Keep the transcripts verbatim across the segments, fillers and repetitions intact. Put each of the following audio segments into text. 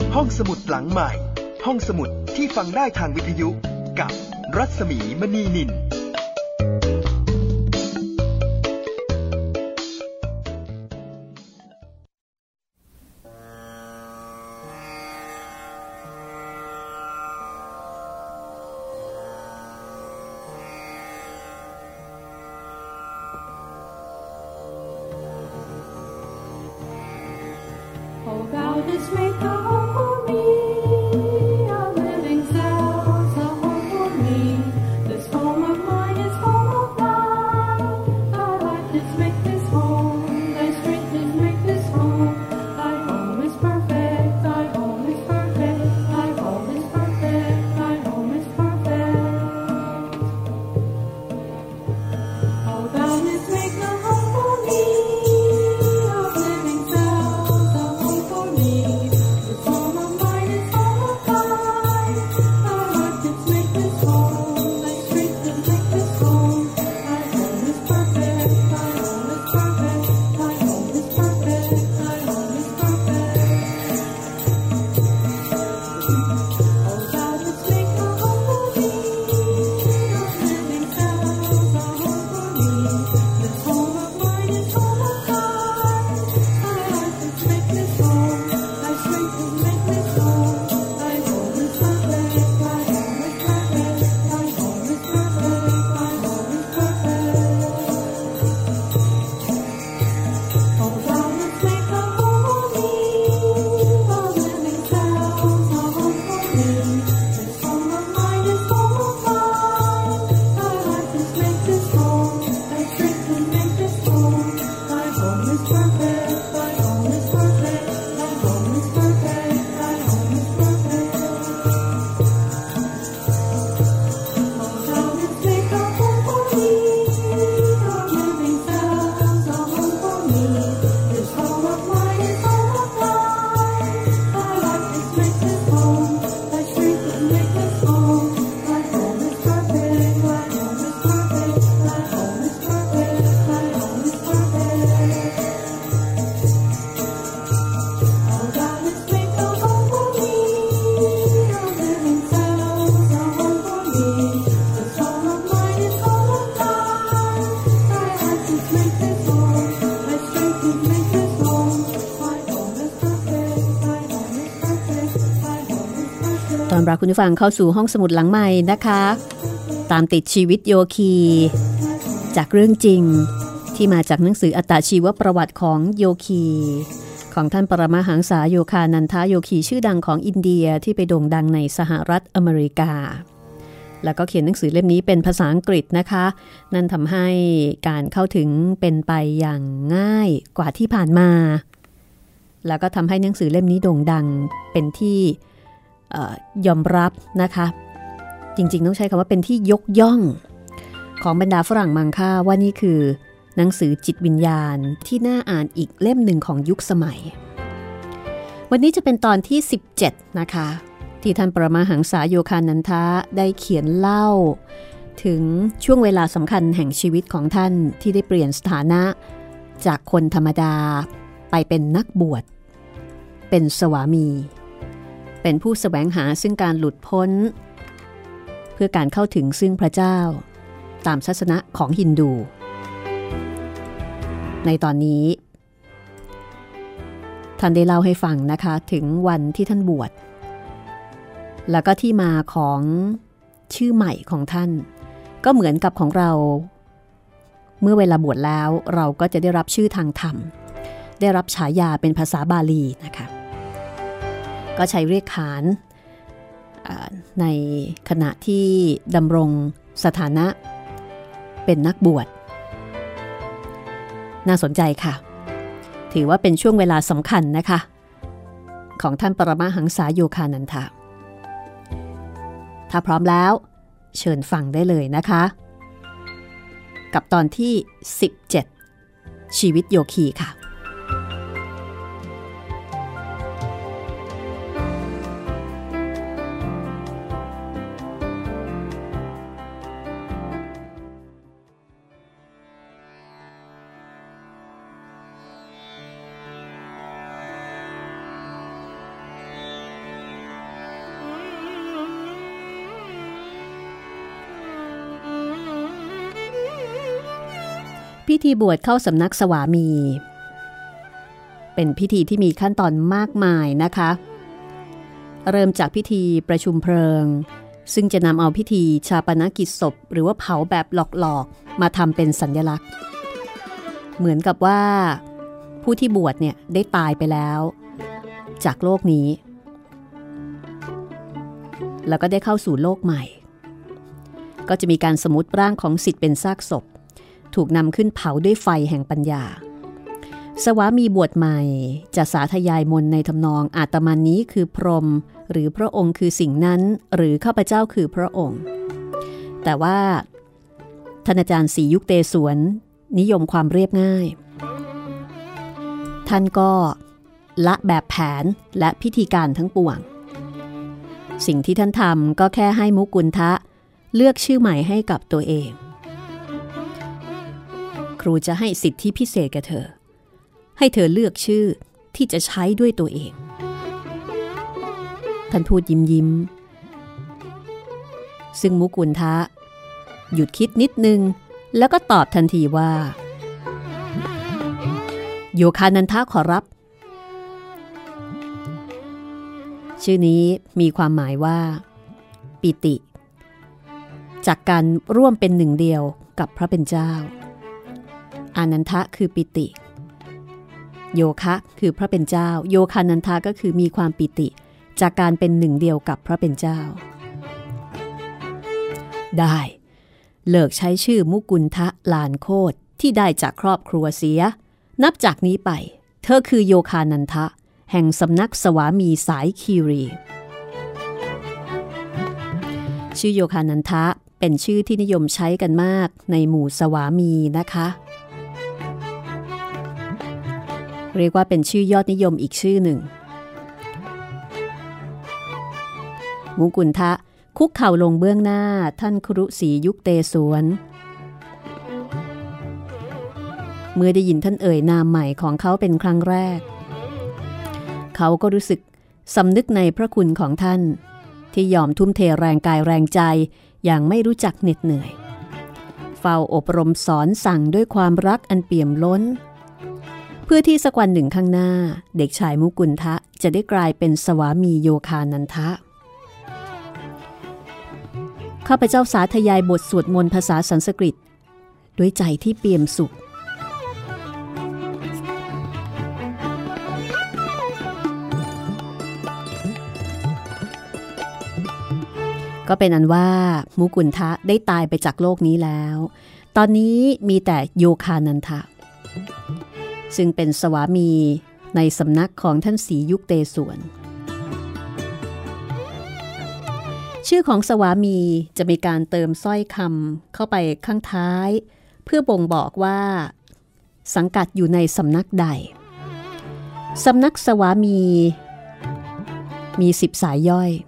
ห้องสมุดหลังใหม่ห้องสมุดที่ฟังได้ทางวิทยุกับรัศมีมณีนินคุณผู้ฟังเข้าสู่ห้องสมุดหลังใหม่นะคะตามติดชีวิตโยคีจากเรื่องจริงที่มาจากหนังสืออัตชีวประวัติของโยคีของท่านปรมหังสาโยคานันทโยคีชื่อดังของอินเดียที่ไปโด่งดังในสหรัฐอเมริกาแล้วก็เขียนหนังสือเล่มนี้เป็นภาษาอังกฤษนะคะนั่นทำให้การเข้าถึงเป็นไปอย่างง่ายกว่าที่ผ่านมาแล้วก็ทำให้หนังสือเล่มนี้โด่งดังเป็นที่ยอมรับนะคะจริงๆต้องใช้คำว่าเป็นที่ยกย่องของบรรดาฝรั่งมังค่าว่านี่คือหนังสือจิตวิญญาณที่น่าอ่านอีกเล่มหนึ่งของยุคสมัยวันนี้จะเป็นตอนที่สิบเจ็ดนะคะที่ท่านปรมาหังษาโยคานันทะได้เขียนเล่าถึงช่วงเวลาสำคัญแห่งชีวิตของท่านที่ได้เปลี่ยนสถานะจากคนธรรมดาไปเป็นนักบวชเป็นสวามีเป็นผู้แสวงหาซึ่งการหลุดพ้นเพื่อการเข้าถึงซึ่งพระเจ้าตามศาสนาของฮินดูในตอนนี้ท่านได้เล่าให้ฟังนะคะถึงวันที่ท่านบวชแล้วก็ที่มาของชื่อใหม่ของท่านก็เหมือนกับของเราเมื่อเวลาบวชแล้วเราก็จะได้รับชื่อทางธรรมได้รับฉายาเป็นภาษาบาลีนะคะก็ใช้เรียกขานในขณะที่ดำรงสถานะเป็นนักบวชน่าสนใจค่ะถือว่าเป็นช่วงเวลาสำคัญนะคะของท่านปรมาหังษาโยคานันทะถ้าพร้อมแล้วเชิญฟังได้เลยนะคะกับตอนที่สิบเจ็ดชีวิตโยคีค่ะพิธีบวชเข้าสำนักสวามีเป็นพิธีที่มีขั้นตอนมากมายนะคะเริ่มจากพิธีประชุมเพลิงซึ่งจะนำเอาพิธีชาปนกิจศพหรือว่าเผาแบบหลอกๆมาทำเป็นสัญลักษณ์เหมือนกับว่าผู้ที่บวชเนี่ยได้ตายไปแล้วจากโลกนี้แล้วก็ได้เข้าสู่โลกใหม่ก็จะมีการสมมุติร่างของศิษย์เป็นซากศพถูกนำขึ้นเผาด้วยไฟแห่งปัญญาสวามีบวชใหม่จะสาธยายมนต์ในทำนองอาตมานี้คือพรหมหรือพระองค์คือสิ่งนั้นหรือข้าพเจ้าคือพระองค์แต่ว่าท่านอาจารย์ศรียุคเตศวรนิยมความเรียบง่ายท่านก็ละแบบแผนและพิธีการทั้งปวงสิ่งที่ท่านทำก็แค่ให้มุกุลทะเลือกชื่อใหม่ให้กับตัวเองครูจะให้สิทธิพิเศษแก่เธอให้เธอเลือกชื่อที่จะใช้ด้วยตัวเองท่านพูดยิ้มยิ้มซึ่งมุกุลทะหยุดคิดนิดนึงแล้วก็ตอบทันทีว่าโยคานันทะขอรับชื่อนี้มีความหมายว่าปิติจากการร่วมเป็นหนึ่งเดียวกับพระเป็นเจ้าอานันทะคือปิติโยคะคือพระเป็นเจ้าโยคานันทะก็คือมีความปิติจากการเป็นหนึ่งเดียวกับพระเป็นเจ้าได้เลิกใช้ชื่อมุกุลทะลานโคตที่ได้จากครอบครัวเสียนับจากนี้ไปเธอคือโยคานันทะแห่งสำนักสวามีสายคีรีชื่อโยคานันทะเป็นชื่อที่นิยมใช้กันมากในหมู่สวามีนะคะเรียกว่าเป็นชื่อยอดนิยมอีกชื่อหนึ่งมุกุลทะคุกเข่าลงเบื้องหน้าท่านครุศรียุคเตศวรเมื่อได้ยินท่านเอ่ยนามใหม่ของเขาเป็นครั้งแรกเขาก็รู้สึกสำนึกในพระคุณของท่านที่ยอมทุ่มเทแรงกายแรงใจอย่างไม่รู้จักเหน็ดเหนื่อยเฝ้าอบรมสอนสั่งด้วยความรักอันเปี่ยมล้นเพื่อที่สักวันหนึ่งข้างหน้าเด็กชายมุกุลทะจะได้กลายเป็นสวามีโยคานันทะข้าพเจ้าสาธยายบทสวดมนต์ภาษาสันสกฤตด้วยใจที่เปี่ยมสุขก็เป็นอันว่ามุกุลทะได้ตายไปจากโลกนี้แล้วตอนนี้มีแต่โยคานันทะซึ่งเป็นสวามีในสำนักของท่านศรียุคเตศวรชื่อของสวามีจะมีการเติมสร้อยคำเข้าไปข้างท้ายเพื่อบ่งบอกว่าสังกัดอยู่ในสำนักใดสำนักสวามีมีสิบสายย่อย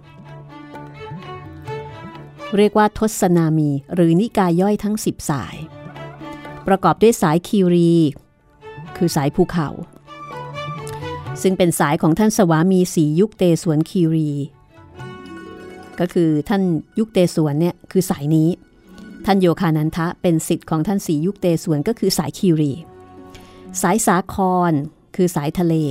เรียกว่าทศนามีหรือนิกายย่อยทั้งสิบสายประกอบด้วยสายคีรีคือสายภูเขาซึ่งเป็นสายของท่านสวามีศรียุคเตศวรคีรีก็คือท่านยุคเตศวรเนี่ยคือสายนี้ท่านโยคานันทะเป็นศิษย์ของท่านศรียุคเตศวรก็คือสายคีรีสายสาครคือสายทะเล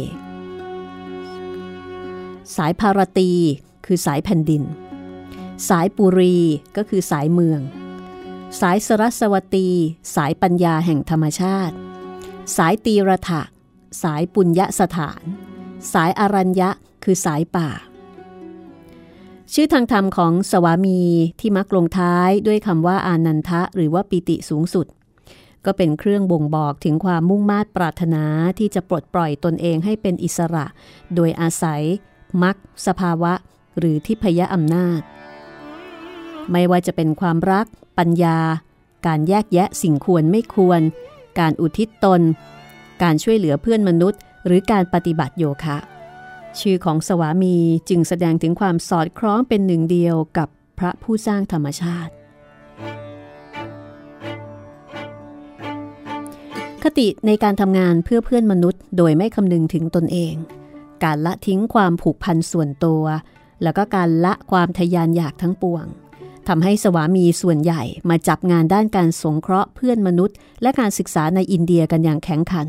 สายภารตีคือสายแผ่นดินสายปุรีก็คือสายเมืองสายสรัสวตีสายปัญญาแห่งธรรมชาติสายตีรถะสายปุญญสถานสายอรัญญะคือสายป่าชื่อทางธรรมของสวามีที่มักลงท้ายด้วยคำว่าอานันทะหรือว่าปิติสูงสุดก็เป็นเครื่องบ่งบอกถึงความมุ่งมา่ปรารถนาที่จะปลดปล่อยตนเองให้เป็นอิสระโดยอาศัยมรรคสภาวะหรือทิพยอำนาจไม่ว่าจะเป็นความรักปัญญาการแยกแยะสิ่งควรไม่ควรการอุทิศตนการช่วยเหลือเพื่อนมนุษย์หรือการปฏิบัติโยคะชื่อของสวามีจึงแสดงถึงความสอดคล้องเป็นหนึ่งเดียวกับพระผู้สร้างธรรมชาติคติในการทำงานเพื่อเพื่อนมนุษย์โดยไม่คำนึงถึงตนเองการละทิ้งความผูกพันส่วนตัวแล้วก็การละความทะยานอยากทั้งปวงทำให้สวามีส่วนใหญ่มาจับงานด้านการสงเคราะห์เพื่อนมนุษย์และการศึกษาในอินเดียกันอย่างแข็งขัน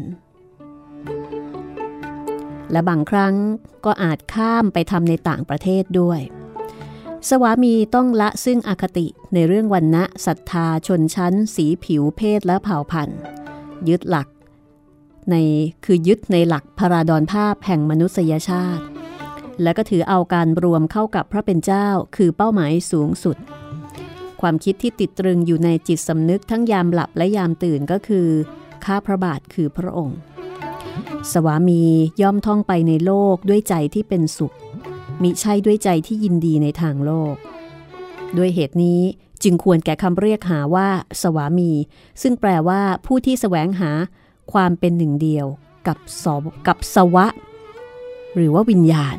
และบางครั้งก็อาจข้ามไปทำในต่างประเทศด้วยสวามีต้องละซึ่งอคติในเรื่องวรรณะศรัทธาชนชั้นสีผิวเพศและเผ่าพันธุ์ยึดหลักในคือยึดในหลักพราดรภาพแห่งมนุษยชาติและก็ถือเอาการรวมเข้ากับพระเป็นเจ้าคือเป้าหมายสูงสุดความคิดที่ติดตรึงอยู่ในจิตสำนึกทั้งยามหลับและยามตื่นก็คือข้าพระบาทคือพระองค์สวามีย่อมท่องไปในโลกด้วยใจที่เป็นสุขมิใช่ด้วยใจที่ยินดีในทางโลกด้วยเหตุนี้จึงควรแก่คำเรียกหาว่าสวามีซึ่งแปลว่าผู้ที่แสวงหาความเป็นหนึ่งเดียวกับสกับสวะหรือว่าวิญญาณ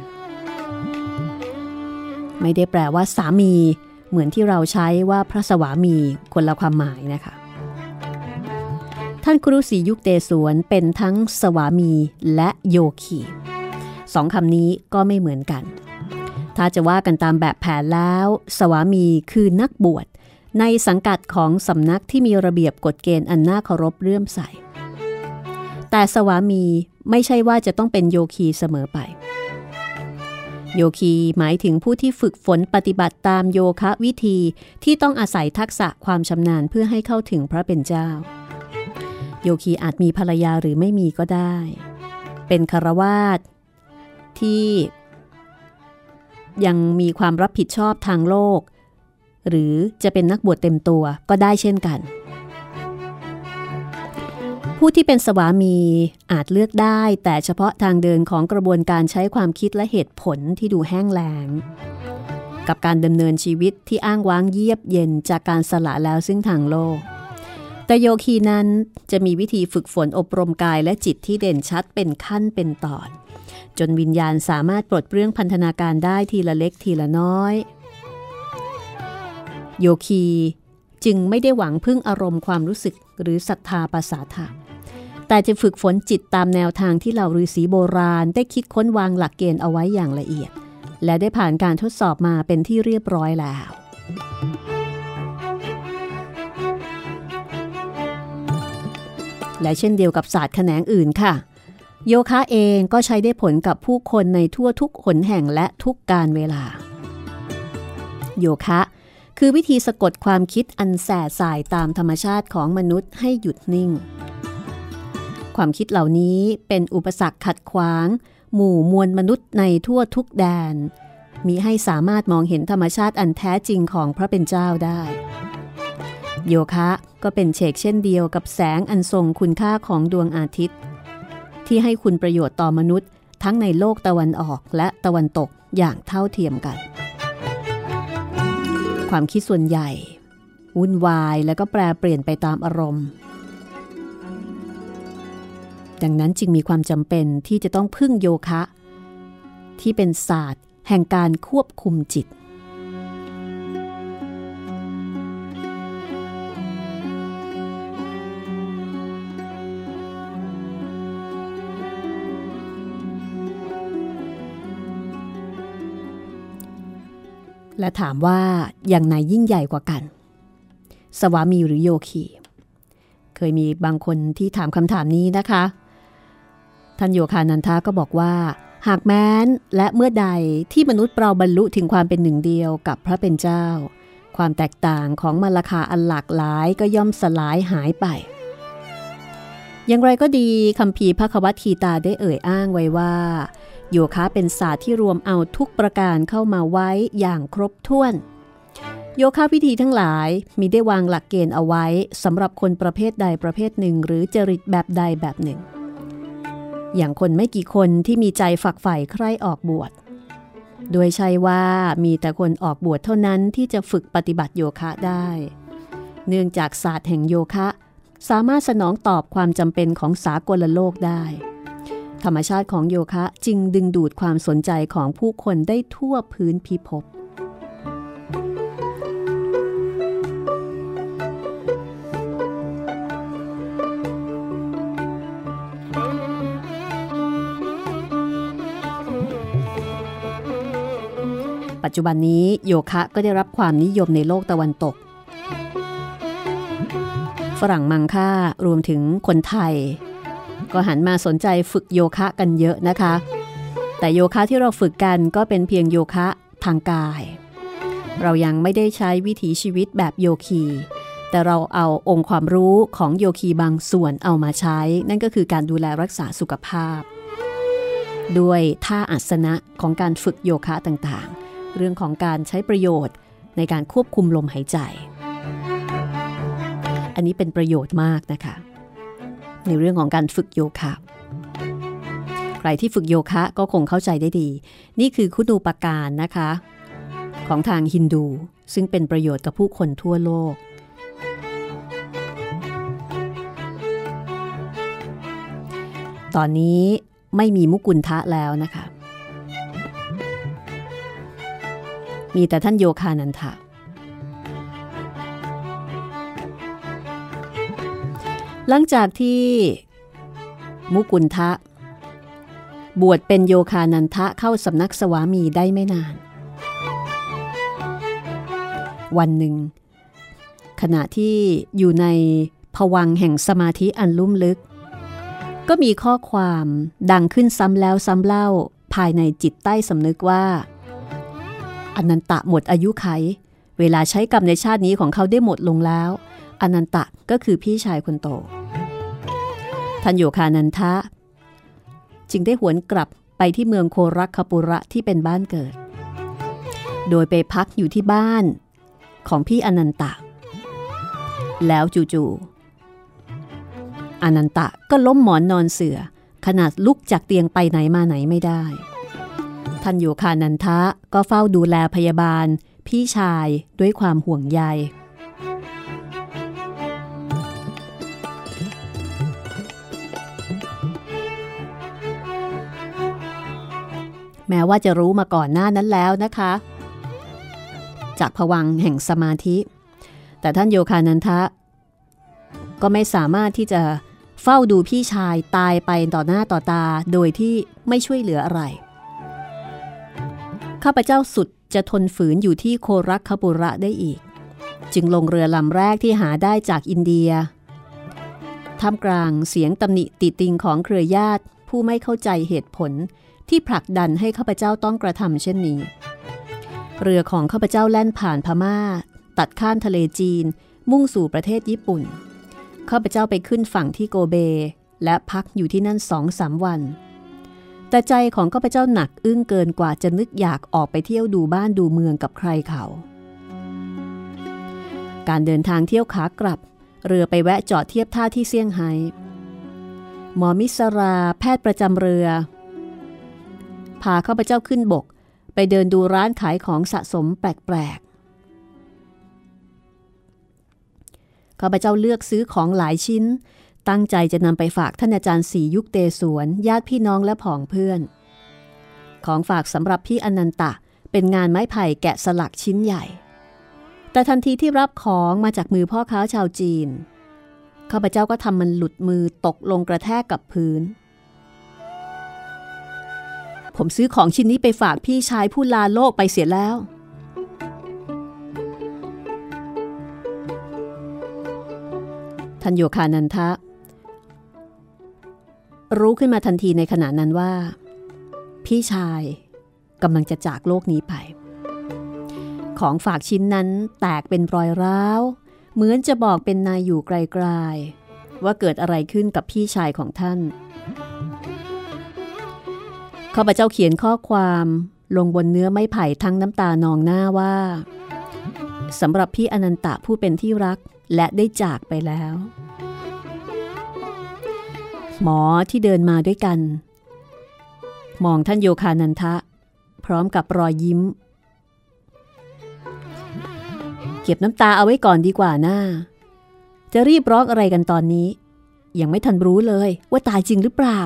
ไม่ได้แปลว่าสามีเหมือนที่เราใช้ว่าพระสวามีคนละความหมายนะคะท่านครูศรียุคเตศวรเป็นทั้งสวามีและโยคีสองคำนี้ก็ไม่เหมือนกันถ้าจะว่ากันตามแบบแผนแล้วสวามีคือนักบวชในสังกัดของสำนักที่มีระเบียบกฎเกณฑ์อันน่าเคารพเลื่อมใสแต่สวามีไม่ใช่ว่าจะต้องเป็นโยคีเสมอไปโยคีหมายถึงผู้ที่ฝึกฝนปฏิบัติตามโยคะวิธีที่ต้องอาศัยทักษะความชำนาญเพื่อให้เข้าถึงพระเป็นเจ้าโยคีอาจมีภรรยาหรือไม่มีก็ได้เป็นฆราวาสที่ยังมีความรับผิดชอบทางโลกหรือจะเป็นนักบวชเต็มตัวก็ได้เช่นกันผู้ที่เป็นสวามีอาจเลือกได้แต่เฉพาะทางเดินของกระบวนการใช้ความคิดและเหตุผลที่ดูแห้งแล้งกับการดำเนินชีวิตที่อ้างว้างเยียบเย็นจากการสละแล้วซึ่งทางโลกแต่โยคีนั้นจะมีวิธีฝึกฝนอบรมกายและจิตที่เด่นชัดเป็นขั้นเป็นตอนจนวิญญาณสามารถปลดเปลื้องพันธนาการได้ทีละเล็กทีละน้อยโยคีจึงไม่ได้หวังพึ่งอารมณ์ความรู้สึกหรือศรัทธาภาษาธรรมแต่จะฝึกฝนจิตตามแนวทางที่เหล่าฤาษีโบราณได้คิดค้นวางหลักเกณฑ์เอาไว้อย่างละเอียดและได้ผ่านการทดสอบมาเป็นที่เรียบร้อยแล้วและเช่นเดียวกับศาสตร์แขนงอื่นค่ะโยคะเองก็ใช้ได้ผลกับผู้คนในทั่วทุกหนแห่งและทุกกาลเวลาโยคะคือวิธีสะกดความคิดอันแส่สายตามธรรมชาติของมนุษย์ให้หยุดนิ่งความคิดเหล่านี้เป็นอุปสรรคขัดขวางหมู่มวลมนุษย์ในทั่วทุกแดนมิให้สามารถมองเห็นธรรมชาติอันแท้จริงของพระเป็นเจ้าได้โยคะก็เป็นเฉกเช่นเดียวกับแสงอันทรงคุณค่าของดวงอาทิตย์ที่ให้คุณประโยชน์ต่อมนุษย์ทั้งในโลกตะวันออกและตะวันตกอย่างเท่าเทียมกันความคิดส่วนใหญ่วุ่นวายและก็แปรเปลี่ยนไปตามอารมณ์ดังนั้นจึงมีความจำเป็นที่จะต้องพึ่งโยคะที่เป็นศาสตร์แห่งการควบคุมจิตและถามว่าอย่างไหนยิ่งใหญ่กว่ากันสวามีหรือโยคีเคยมีบางคนที่ถามคำถามนี้นะคะท่านโยคานันทาก็บอกว่าหากแม้นและเมื่อใดที่มนุษย์เราบรรลุถึงความเป็นหนึ่งเดียวกับพระเป็นเจ้าความแตกต่างของมรรคาอันหลากหลายก็ย่อมสลายหายไปอย่างไรก็ดีคัมภีร์ภควทีตาได้เอ่ยอ้างไว้ว่าโยคะเป็นศาสตร์ที่รวมเอาทุกประการเข้ามาไว้อย่างครบถ้วนโยคะวิธีทั้งหลายมีได้วางหลักเกณฑ์เอาไว้สำหรับคนประเภทใดประเภทหนึ่งหรือจริตแบบใดแบบหนึ่งอย่างคนไม่กี่คนที่มีใจฝักใฝ่ใคร่ออกบวชโดยใช่ว่ามีแต่คนออกบวชเท่านั้นที่จะฝึกปฏิบัติโยคะได้เนื่องจากศาสตร์แห่งโยคะสามารถสนองตอบความจำเป็นของสากลโลกได้ธรรมชาติของโยคะจึงดึงดูดความสนใจของผู้คนได้ทั่วพื้นพิภพปัจจุบันนี้โยคะก็ได้รับความนิยมในโลกตะวันตกฝรั่งมังค่ารวมถึงคนไทยก็หันมาสนใจฝึกโยคะกันเยอะนะคะแต่โยคะที่เราฝึกกันก็เป็นเพียงโยคะทางกายเรายังไม่ได้ใช้วิถีชีวิตแบบโยคีแต่เราเอาองค์ความรู้ของโยคีบางส่วนเอามาใช้นั่นก็คือการดูแลรักษาสุขภาพด้วยท่าอาสนะของการฝึกโยคะต่างๆเรื่องของการใช้ประโยชน์ในการควบคุมลมหายใจอันนี้เป็นประโยชน์มากนะคะในเรื่องของการฝึกโยคะใครที่ฝึกโยคะก็คงเข้าใจได้ดีนี่คือคุณูปการนะคะของทางฮินดูซึ่งเป็นประโยชน์กับผู้คนทั่วโลกตอนนี้ไม่มีมุกุลทะแล้วนะคะมีแต่ท่านโยคานันทะหลังจากที่มุกุลทะบวชเป็นโยคานันทะเข้าสำนักสวามีได้ไม่นานวันหนึ่งขณะที่อยู่ในภวังค์แห่งสมาธิอันลุ่มลึกก็มีข้อความดังขึ้นซ้ำแล้วซ้ำเล่าภายในจิตใต้สำนึกว่าอนันตะหมดอายุไขเวลาใช้กรรมในชาตินี้ของเขาได้หมดลงแล้วอนันตะก็คือพี่ชายคนโตท่านโยคานันทะจึงได้หวนกลับไปที่เมืองโครักคปุระที่เป็นบ้านเกิดโดยไปพักอยู่ที่บ้านของพี่อนันตะแล้วจู่ๆอนันตะก็ล้มหมอนนอนเสื่อขนาดลุกจากเตียงไปไหนมาไหนไม่ได้ท่านโยคานันทะก็เฝ้าดูแลพยาบาลพี่ชายด้วยความห่วงใยแม้ว่าจะรู้มาก่อนหน้านั้นแล้วนะคะจากภวังค์แห่งสมาธิแต่ท่านโยคานันทะก็ไม่สามารถที่จะเฝ้าดูพี่ชายตายไปต่อหน้าต่อตาโดยที่ไม่ช่วยเหลืออะไรข้าพเจ้าสุดจะทนฝืนอยู่ที่โครักคปุระได้อีกจึงลงเรือลำแรกที่หาได้จากอินเดียท่ามกลางเสียงตำหนิติติงของเครือญาติผู้ไม่เข้าใจเหตุผลที่ผลักดันให้ข้าพเจ้าต้องกระทำเช่นนี้เรือของข้าพเจ้าแล่นผ่านพม่าตัดข้ามทะเลจีนมุ่งสู่ประเทศญี่ปุ่นข้าพเจ้าไปขึ้นฝั่งที่โกเบและพักอยู่ที่นั่น สองสาม วันแต่ใจของข้าพเจ้าหนักอึ้งเกินกว่าจะนึกอยากออกไปเที่ยวดูบ้านดูเมืองกับใครเขาการเดินทางเที่ยวขากลับเรือไปแวะจอดเทียบท่าที่เซี่ยงไฮ้หมอมิสราแพทย์ประจำเรือพาข้าพเจ้าขึ้นบกไปเดินดูร้านขายของสะสมแปลกๆข้าพเจ้าเลือกซื้อของหลายชิ้นตั้งใจจะนำไปฝากท่านอาจารย์ศรียุคเตสวนญาติพี่น้องและผองเพื่อนของฝากสำหรับพี่อนันตะเป็นงานไม้ไผ่แกะสลักชิ้นใหญ่แต่ทันทีที่รับของมาจากมือพ่อค้าชาวจีนข้าพเจ้าก็ทำมันหลุดมือตกลงกระแทกกับพื้นผมซื้อของชิ้นนี้ไปฝากพี่ชายผู้ลาโลกไปเสียแล้วท่านโยคานันทะรู้ขึ้นมาทันทีในขณะนั้นว่าพี่ชายกำลังจะจากโลกนี้ไปของฝากชิ้นนั้นแตกเป็นรอยร้าวเหมือนจะบอกเป็นนายอยู่ไกลๆว่าเกิดอะไรขึ้นกับพี่ชายของท่านข้าพเจ้าเขียนข้อความลงบนเนื้อไม้ไผ่ทั้งน้ำตานองหน้าว่าสำหรับพี่อนันตะผู้เป็นที่รักและได้จากไปแล้วหมอที่เดินมาด้วยกันมองท่านโยคานันทะพร้อมกับรอยยิ้มเก็บน้ำตาเอาไว้ก่อนดีกว่าน่าจะรีบร้องอะไรกันตอนนี้ยังไม่ทันรู้เลยว่าตายจริงหรือเปล่า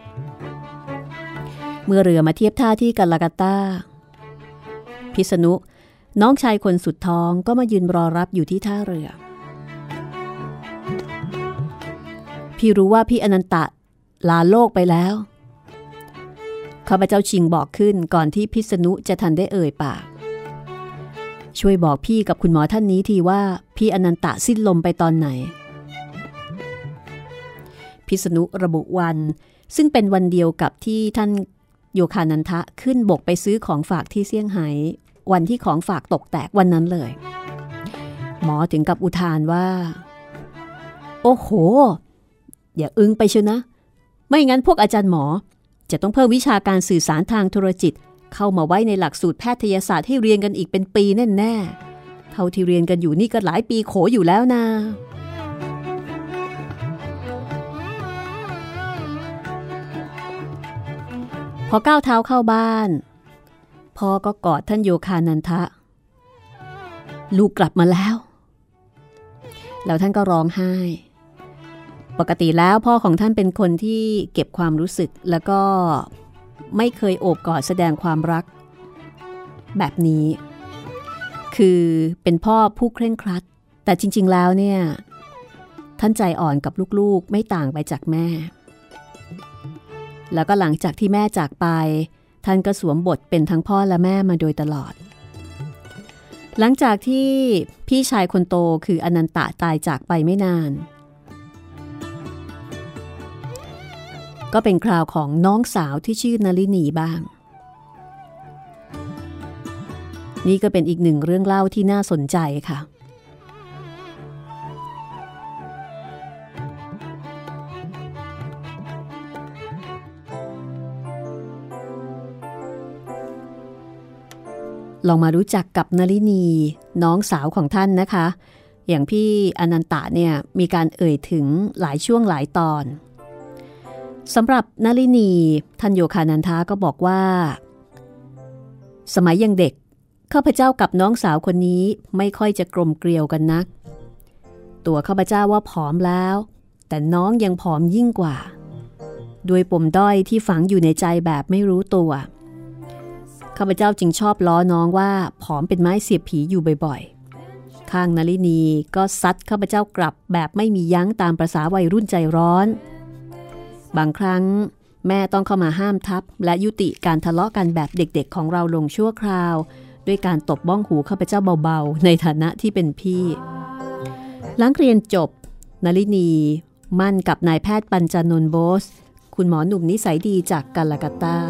เมื่อเรือมาเทียบท่าที่กัลกัตตาพิษณุน้องชายคนสุดท้องก็มายืนรอรับอยู่ที่ท่าเรือพี่รู้ว่าพี่อนันตะลาโลกไปแล้วข้าพเจ้าชิงบอกขึ้นก่อนที่พิษณุจะทันได้เอ่ยปากช่วยบอกพี่กับคุณหมอท่านนี้ทีว่าพี่อนันตะสิ้นลมไปตอนไหนพิษณุระบุวันซึ่งเป็นวันเดียวกับที่ท่านโยคานันทะขึ้นบกไปซื้อของฝากที่เซี่ยงไฮ้วันที่ของฝากตกแตกวันนั้นเลยหมอถึงกับอุทานว่าโอ้โหอย่าอึ้งไปเชียวนะไม่งั้นพวกอาจารย์หมอจะต้องเพิ่มวิชาการสื่อสารทางโทรจิตเข้ามาไว้ในหลักสูตรแพทยศาสตร์ให้เรียนกันอีกเป็นปีแน่ๆเท่าที่เรียนกันอยู่นี่ก็หลายปีโขอยู่แล้วนะพอก้าวเท้าเข้าบ้านพ่อก็กอดท่านโยคานันทะลูกกลับมาแล้วแล้วท่านก็ร้องไห้ปกติแล้วพ่อของท่านเป็นคนที่เก็บความรู้สึกแล้วก็ไม่เคยโอบกอดแสดงความรักแบบนี้คือเป็นพ่อผู้เคร่งครัดแต่จริงๆแล้วเนี่ยท่านใจอ่อนกับลูกๆไม่ต่างไปจากแม่แล้วก็หลังจากที่แม่จากไปท่านก็สวมบทเป็นทั้งพ่อและแม่มาโดยตลอดหลังจากที่พี่ชายคนโตคืออนันตะตายจากไปไม่นานก็เป็นคราวของน้องสาวที่ชื่อนลินีบ้างนี่ก็เป็นอีกหนึ่งเรื่องเล่าที่น่าสนใจค่ะลองมารู้จักกับนลินีน้องสาวของท่านนะคะอย่างพี่อนันตะเนี่ยมีการเอ่ยถึงหลายช่วงหลายตอนสำหรับนลินีท่านโยคานันทาก็บอกว่าสมัยยังเด็กข้าพเจ้ากับน้องสาวคนนี้ไม่ค่อยจะกลมเกลียวกันนักตัวข้าพเจ้าว่าผอมแล้วแต่น้องยังผอมยิ่งกว่าด้วยปมด้อยที่ฝังอยู่ในใจแบบไม่รู้ตัวข้าพเจ้าจึงชอบล้อน้องว่าผอมเป็นไม้เสียบผีอยู่บ่อยๆข้างนลินีก็ซัดข้าพเจ้ากลับแบบไม่มียั้งตามประสาวัยรุ่นใจร้อนบางครั้งแม่ต้องเข้ามาห้ามทับและยุติการทะเลาะกันแบบเด็กๆของเราลงชั่วคราวด้วยการตบบ้องหูข้าพเจ้าเบาๆในฐานะที่เป็นพี่หลังเรียนจบนลินีมั่นกับนายแพทย์ปัญจานนท์โบสคุณหมอหนุ่มนิสัยดีจากกาลกัตตา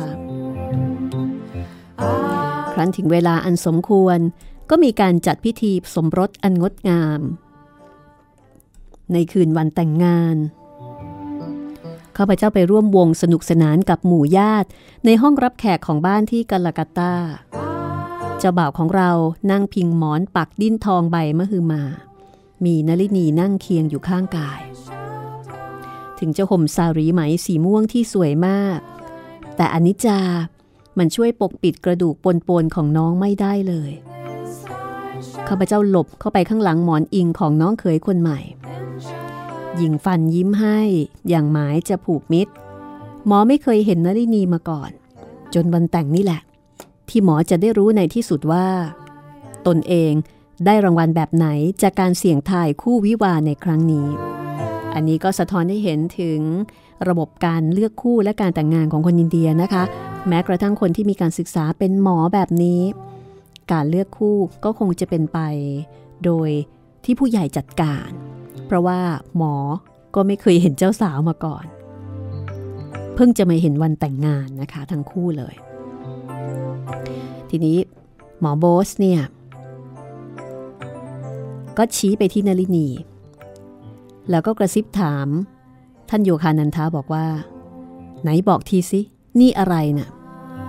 ครั้นถึงเวลาอันสมควรก็มีการจัดพิธีสมรสอันงดงามในคืนวันแต่งงานข้าพเจ้าไปร่วมวงสนุกสนานกับหมู่ญาติในห้องรับแขกของบ้านที่กาลกัตตาเจ้าบ่าวของเรานั่งพิงหมอนปักดิ้นทองใบมหึมามีนลินีนั่งเคียงอยู่ข้างกายถึงจะห่มสารีไหมสีม่วงที่สวยมากแต่อนิจจามันช่วยปกปิดกระดูกปนๆของน้องไม่ได้เลยข้าพเจ้าหลบเข้าไปข้างหลังหมอนอิงของน้องเขยคนใหม่หญิงฟันยิ้มให้อย่างหมายจะผูกมิตรหมอไม่เคยเห็นนลินีมาก่อนจนวันแต่งนี่แหละที่หมอจะได้รู้ในที่สุดว่าตนเองได้รางวัลแบบไหนจากการเสี่ยงทายคู่วิวาห์ในครั้งนี้อันนี้ก็สะท้อนให้เห็นถึงระบบการเลือกคู่และการแต่งงานของคนอินเดียนะคะแม้กระทั่งคนที่มีการศึกษาเป็นหมอแบบนี้การเลือกคู่ก็คงจะเป็นไปโดยที่ผู้ใหญ่จัดการเพราะว่าหมอก็ไม่เคยเห็นเจ้าสาวมาก่อนเพิ่งจะมาเห็นวันแต่งงานนะคะทั้งคู่เลยทีนี้หมอโบสเนี่ยก็ชี้ไปที่นลินีแล้วก็กระซิบถามท่านโยคานันทาบอกว่าไหนบอกทีสินี่อะไรน่ะ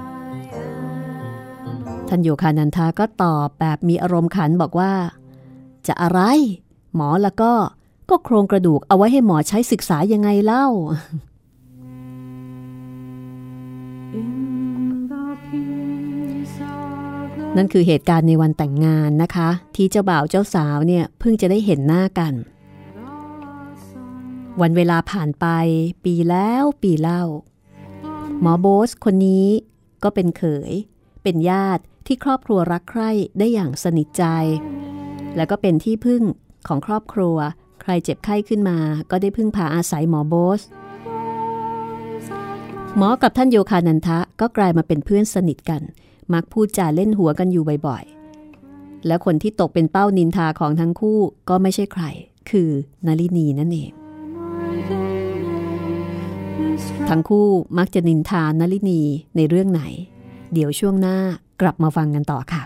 ท่านโยคานันทาก็ตอบแบบมีอารมณ์ขันบอกว่าจะอะไรหมอแล้วก็ก็โครงกระดูกเอาไว้ให้หมอใช้ศึกษายังไงเล่านั่นคือเหตุการณ์ในวันแต่งงานนะคะที่เจ้าบ่าวเจ้าสาวเนี่ยเพิ่งจะได้เห็นหน้ากันวันเวลาผ่านไปปีแล้วปีเล่าหมอโบสคนนี้ก็เป็นเขยเป็นญาติที่ครอบครัวรักใคร่ได้อย่างสนิทใจแล้วก็เป็นที่พึ่งของครอบครัวใครเจ็บไข้ขึ้นมาก็ได้พึ่งพาอาศัยหมอโบสหมอกับท่านโยคานันทะก็กลายมาเป็นเพื่อนสนิทกันมักพูดจาเล่นหัวกันอยู่บ่อยๆและคนที่ตกเป็นเป้านินทาของทั้งคู่ก็ไม่ใช่ใครคือนลินีนั่นเองทั้งคู่มักจะนินทานลินีในเรื่องไหนเดี๋ยวช่วงหน้ากลับมาฟังกันต่อค่ะ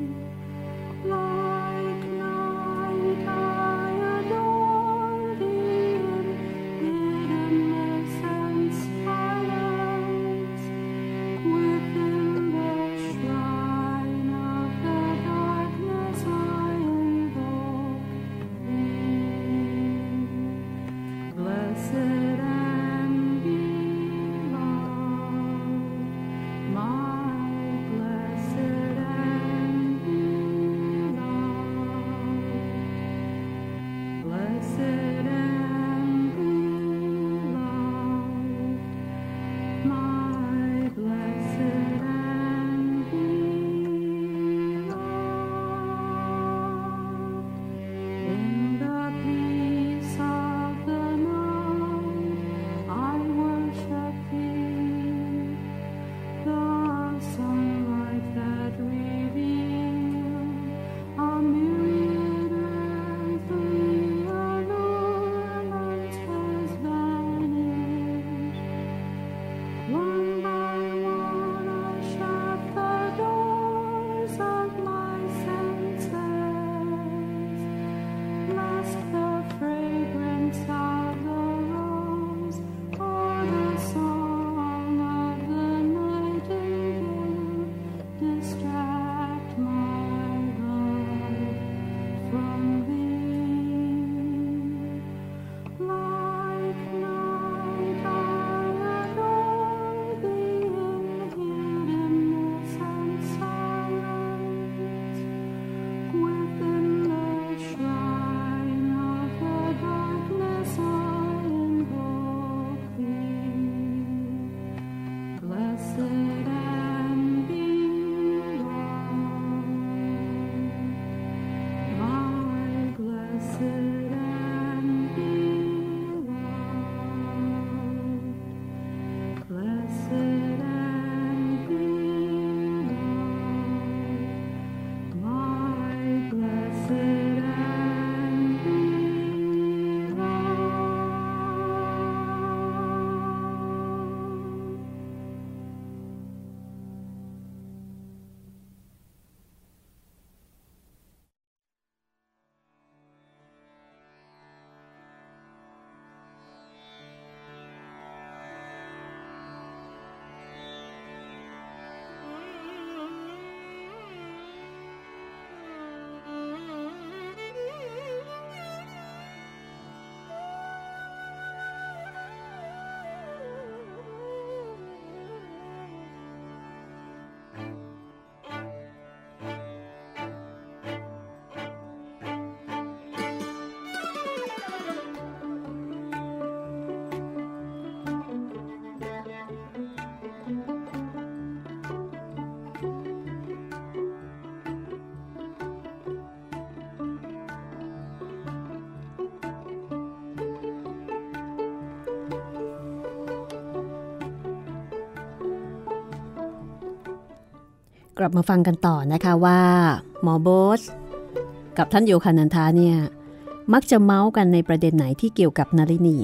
กลับมาฟังกันต่อนะคะว่าหมอโบสกับท่านโยคานันทาเนี่ยมักจะเมาส์กันในประเด็นไหนที่เกี่ยวกับนลินี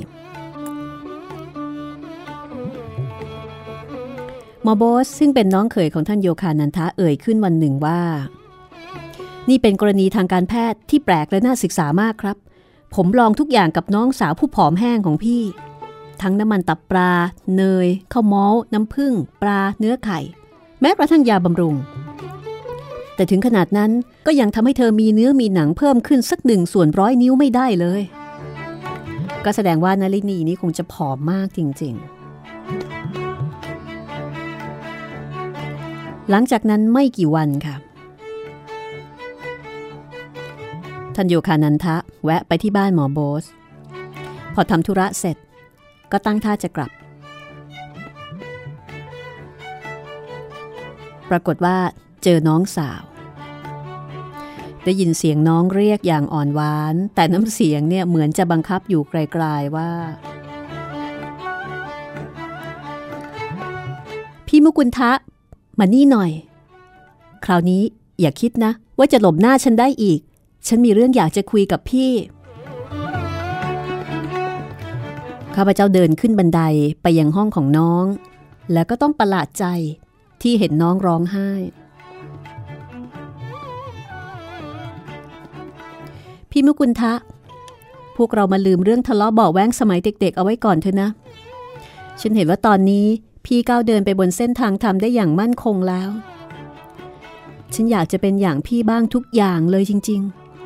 หมอโบสซึ่งเป็นน้องเขยของท่านโยคานันทาเอ่ยขึ้นวันหนึ่งว่านี่เป็นกรณีทางการแพทย์ที่แปลกและน่าศึกษามากครับผมลองทุกอย่างกับน้องสาวผู้ผอมแห้งของพี่ทั้งน้ำมันตับปลาเนยข้าวม้อน้ำผึ้งปลาเนื้อไข่แม้กระทั่งยาบำรุงแต่ถึงขนาดนั้นก็ยังทำให้เธอมีเนื้อมีหนังเพิ่มขึ้นสักหนึ่งส่วนร้อยนิ้วไม่ได้เลยก็แสดงว่านลินีนี้คงจะผอมมากจริงๆหลังจากนั้นไม่กี่วันค่ะท่านโยคานันทะแวะไปที่บ้านหมอโบสพอทำธุระเสร็จก็ตั้งท่าจะกลับปรากฏว่าเจอน้องสาวได้ยินเสียงน้องเรียกอย่างอ่อนหวานแต่น้ำเสียงเนี่ยเหมือนจะบังคับอยู่ไกลๆว่าพี่มุกุลทะมานี่หน่อยคราวนี้อย่าคิดนะว่าจะหลบหน้าฉันได้อีกฉันมีเรื่องอยากจะคุยกับพี่ข้าพเจ้าเดินขึ้นบันไดไปยังห้องของน้องแล้วก็ต้องประหลาดใจที่เห็นน้องร้องไห้พี่มุกุลทะพวกเรามาลืมเรื่องทะเลาะเบาะแว้งสมัยเด็กๆเอาไว้ก่อนเถอะนะฉันเห็นว่าตอนนี้พี่ก้าวเดินไปบนเส้นทางธรรมได้อย่างมั่นคงแล้วฉันอยากจะเป็นอย่างพี่บ้างทุกอย่างเลยจริง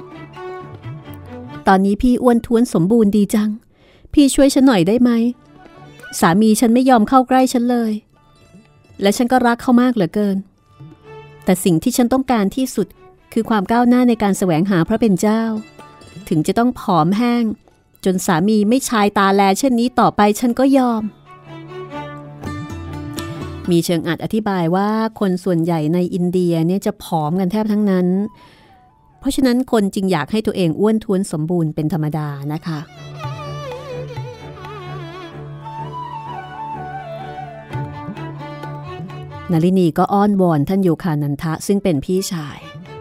ๆตอนนี้พี่อ้วนท้วนสมบูรณ์ดีจังพี่ช่วยฉันหน่อยได้ไหมสามีฉันไม่ยอมเข้าใกล้ฉันเลยและฉันก็รักเขามากเหลือเกินแต่สิ่งที่ฉันต้องการที่สุดคือความก้าวหน้าในการแสวงหาพระเป็นเจ้าถึงจะต้องผอมแห้งจนสามีไม่ชายตาแลเช่นนี้ต่อไปฉันก็ยอมมีเชิงอัดอธิบายว่าคนส่วนใหญ่ในอินเดียเนี่ยจะผอมกันแทบทั้งนั้นเพราะฉะนั้นคนจึงอยากให้ตัวเองอ้วนท้วนสมบูรณ์เป็นธรรมดานะคะนลินีก็อ้อนวอนท่านโยคานันทะซึ่งเป็นพี่ชาย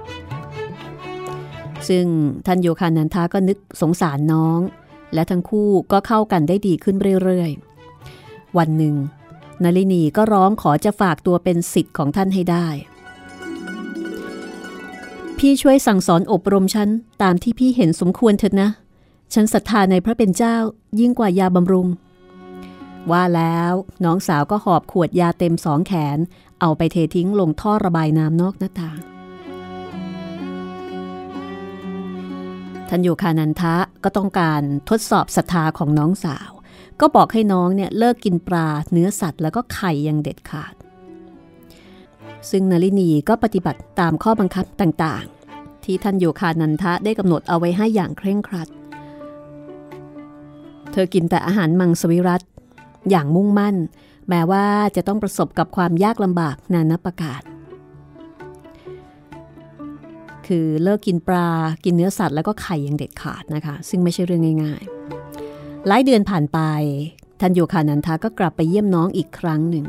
ซึ่งท่านโยคานันทะก็นึกสงสารน้องและทั้งคู่ก็เข้ากันได้ดีขึ้นเรื่อยๆวันหนึ่งนลินีก็ร้องขอจะฝากตัวเป็นศิษย์ของท่านให้ได้พี่ช่วยสั่งสอนอบรมฉันตามที่พี่เห็นสมควรเถิดนะฉันศรัทธาในพระเป็นเจ้ายิ่งกว่ายาบำรุงว่าแล้วน้องสาวก็หอบขวดยาเต็มสองแขนเอาไปเททิ้งลงท่อระบายน้ำนอกหน้าต่างท่านโยคานันทะก็ต้องการทดสอบศรัทธาของน้องสาวก็บอกให้น้องเนี่ยเลิกกินปลาเนื้อสัตว์แล้วก็ไข่อย่างเด็ดขาดซึ่งนลินีก็ปฏิบัติตามข้อบังคับต่างๆที่ท่านโยคานันทะได้กำหนดเอาไว้ให้อย่างเคร่งครัดเธอกินแต่อาหารมังสวิรัติอย่างมุ่งมั่นแม้ว่าจะต้องประสบกับความยากลำบากนานับประการคือเลิกกินปลากินเนื้อสัตว์แล้วก็ไข่อย่างเด็ดขาดนะคะซึ่งไม่ใช่เรื่องง่ายๆหลายเดือนผ่านไปท่านโยคานันทาก็กลับไปเยี่ยมน้องอีกครั้งหนึ่ง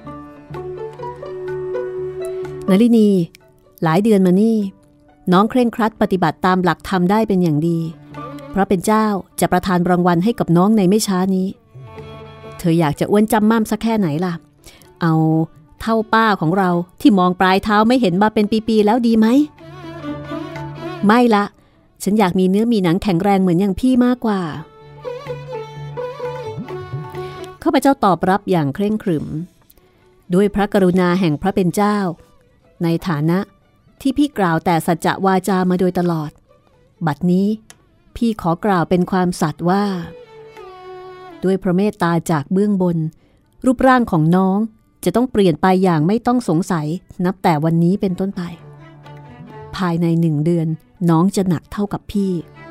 นลินีหลายเดือนมานี่น้องเคร่งครัดปฏิบัติตามหลักธรรมได้เป็นอย่างดีเพราะเป็นเจ้าจะประทานรางวัลให้กับน้องในไม่ช้านี้เธออยากจะอ้วนจำม่ำสักแค่ไหนล่ะเอาเท่าป้าของเราที่มองปลายเท้าไม่เห็นมาเป็นปีๆแล้วดีไหมไม่ละฉันอยากมีเนื้อมีหนังแข็งแรงเหมือนอย่างพี่มากกว่าข้าพเจ้าตอบรับอย่างเคร่งครึมด้วยพระกรุณาแห่งพระเป็นเจ้าในฐานะที่พี่กล่าวแต่สัจจะวาจามาโดยตลอดบัดนี้พี่ขอกล่าวเป็นความสัตย์ว่าด้วยพระเมตตาจากเบื้องบนรูปร่างของน้องจะต้องเปลี่ยนไปอย่างไม่ต้องสงสัยนับแต่วันนี้เป็นต้นไปภายในหนึ่งเดือนน้องจะหนักเท่ากับพี่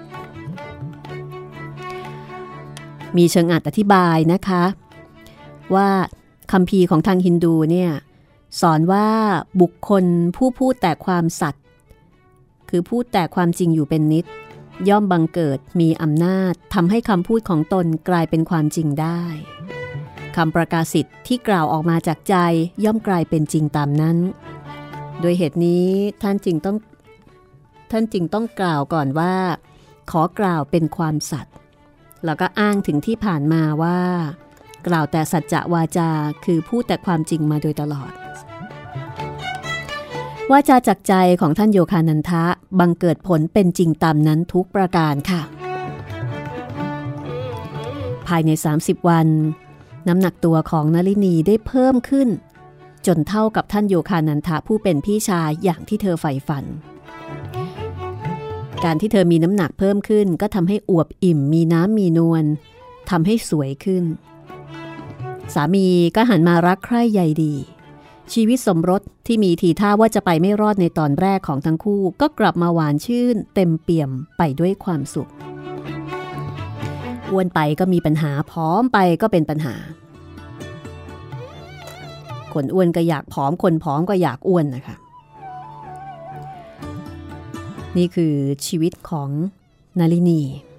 มีเชิงอัดอธิบายนะคะว่าคัมภีร์ของทางฮินดูเนี่ยสอนว่าบุคคลผู้พูดแต่ความสัตย์คือพูดแต่ความจริงอยู่เป็นนิจย่อมบังเกิดมีอำนาจทำให้คำพูดของตนกลายเป็นความจริงได้คำประกาศสิทธิ์ที่กล่าวออกมาจากใจย่อมกลายเป็นจริงตามนั้นโดยเหตุนี้ท่านจึงต้องท่านจึงต้องกล่าวก่อนว่าขอกล่าวเป็นความสัตย์แล้วก็อ้างถึงที่ผ่านมาว่ากล่าวแต่สัจจะวาจาคือพูดแต่ความจริงมาโดยตลอดวาจาจากใจของท่านโยคานันทะบังเกิดผลเป็นจริงตามนั้นทุกประการค่ะภายในสามสิบวันน้ำหนักตัวของนลินีได้เพิ่มขึ้นจนเท่ากับท่านโยคานันทะผู้เป็นพี่ชายอย่างที่เธอใฝ่ฝันการที่เธอมีน้ำหนักเพิ่มขึ้นก็ทำให้อวบอิ่มมีน้ำมีนวลทำให้สวยขึ้นสามีก็หันมารักใคร่ใยดีชีวิตสมรสที่มีทีท่าว่าจะไปไม่รอดในตอนแรกของทั้งคู่ก็กลับมาหวานชื่นเต็มเปี่ยมไปด้วยความสุขอ้วนไปก็มีปัญหาผอมไปก็เป็นปัญหาคนอ้วนก็อยากผอมคนผอมก็อยากอ้วนนะคะนี่คือชีวิตของนลินี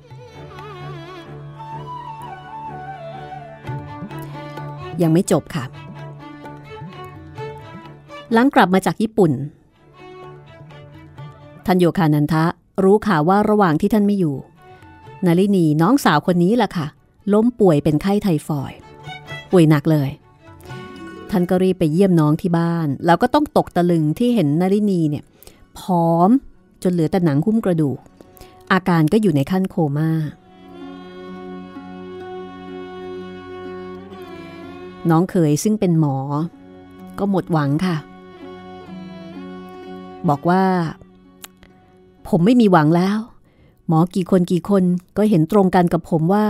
ยังไม่จบค่ะหลังกลับมาจากญี่ปุ่นท่านโยคานันทะรู้ข่าวว่าระหว่างที่ท่านไม่อยู่นลินีน้องสาวคนนี้ล่ะค่ะล้มป่วยเป็นไข้ไทฟอยด์ป่วยหนักเลยท่านก็รีบไปเยี่ยมน้องที่บ้านแล้วก็ต้องตกตะลึงที่เห็นนลินีเนี่ยผอมจนเหลือแต่หนังหุ้มกระดูกอาการก็อยู่ในขั้นโคม่าน้องเขยซึ่งเป็นหมอก็หมดหวังค่ะบอกว่าผมไม่มีหวังแล้วหมอกี่คนกี่คนก็เห็นตรงกันกับผมว่า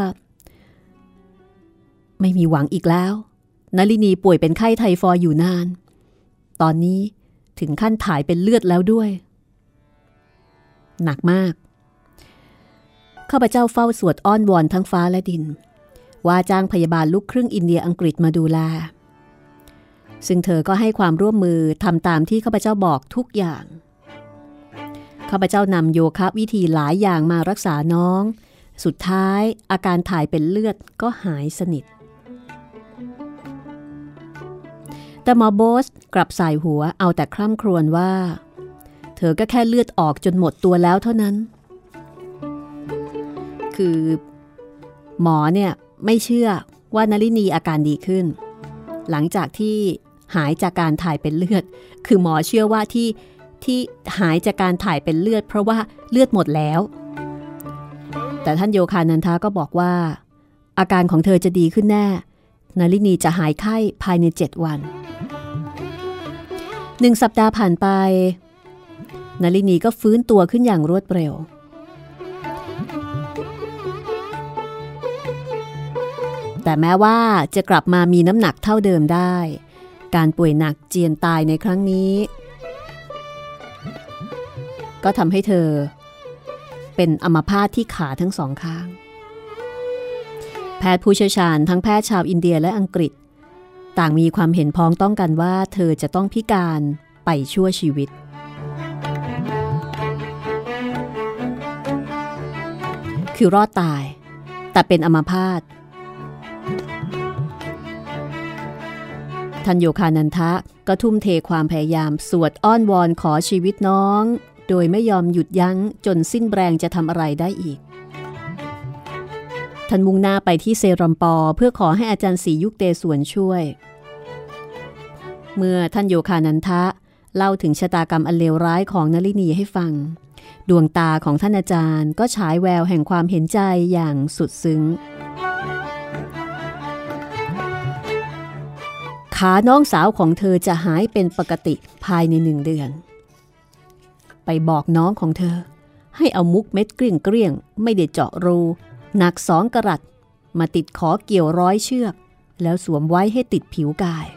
ไม่มีหวังอีกแล้วนลินีป่วยเป็นไข้ไทฟอยด์อยู่นานตอนนี้ถึงขั้นถ่ายเป็นเลือดแล้วด้วยหนักมากข้าพเจ้าเฝ้าสวดอ้อนวอนทั้งฟ้าและดินว่าจ้างพยาบาลลูกครึ่งอินเดียอังกฤษมาดูแลซึ่งเธอก็ให้ความร่วมมือทำตามที่ข้าพเจ้าบอกทุกอย่างข้าพเจ้านำโยคะวิธีหลายอย่างมารักษาน้องสุดท้ายอาการถ่ายเป็นเลือดก็หายสนิทแต่หมอโบสกลับสายหัวเอาแต่คร่ำครวญว่าเธอก็แค่เลือดออกจนหมดตัวแล้วเท่านั้นคือหมอเนี่ยไม่เชื่อว่านลินีอาการดีขึ้นหลังจากที่หายจากการถ่ายเป็นเลือดคือหมอเชื่อว่าที่ที่หายจากการถ่ายเป็นเลือดเพราะว่าเลือดหมดแล้วแต่ท่านโยคานันทาก็บอกว่าอาการของเธอจะดีขึ้นแน่นลินีจะหายไข้ภายในเจ็ดวันหนึ่งสัปดาห์ผ่านไปนลินีก็ฟื้นตัวขึ้นอย่างรวดเร็วแต่แม้ว่าจะกลับมามีน้ำหนักเท่าเดิมได้การป่วยหนักเจียนตายในครั้งนี้ก็ทำให้เธอเป็นอัมพาตที่ขาทั้งสองข้างแพทย์ผู้เชี่ยวชาญทั้งแพทย์ชาวอินเดียและอังกฤษต่างมีความเห็นพ้องต้องกันว่าเธอจะต้องพิการไปชั่วชีวิตคือรอดตายแต่เป็นอัมพาตท่านโยคานันทะก็ทุ่มเทความพยายามสวดอ้อนวอนขอชีวิตน้องโดยไม่ยอมหยุดยั้งจนสิ้นแรงจะทำอะไรได้อีกท่านมุ่งหน้าไปที่เซรัมปอเพื่อขอให้อาจารย์ศรียุคเตสวนช่วยเมื่อท่านโยคานันทะเล่าถึงชะตากรรมอันเลวร้ายของนลินีให้ฟังดวงตาของท่านอาจารย์ก็ฉายแววแห่งความเห็นใจอย่างสุดซึ้งขาน้องสาวของเธอจะหายเป็นปกติภายในหนึ่งเดือนไปบอกน้องของเธอให้เอามุกเม็ดเกลี้ยงเกลี้ยงไม่ได้เจาะรูหนักสองกะรัตมาติดขอเกี่ยวร้อยเชือกแล้วสวมไว้ให้ติดผิวกาย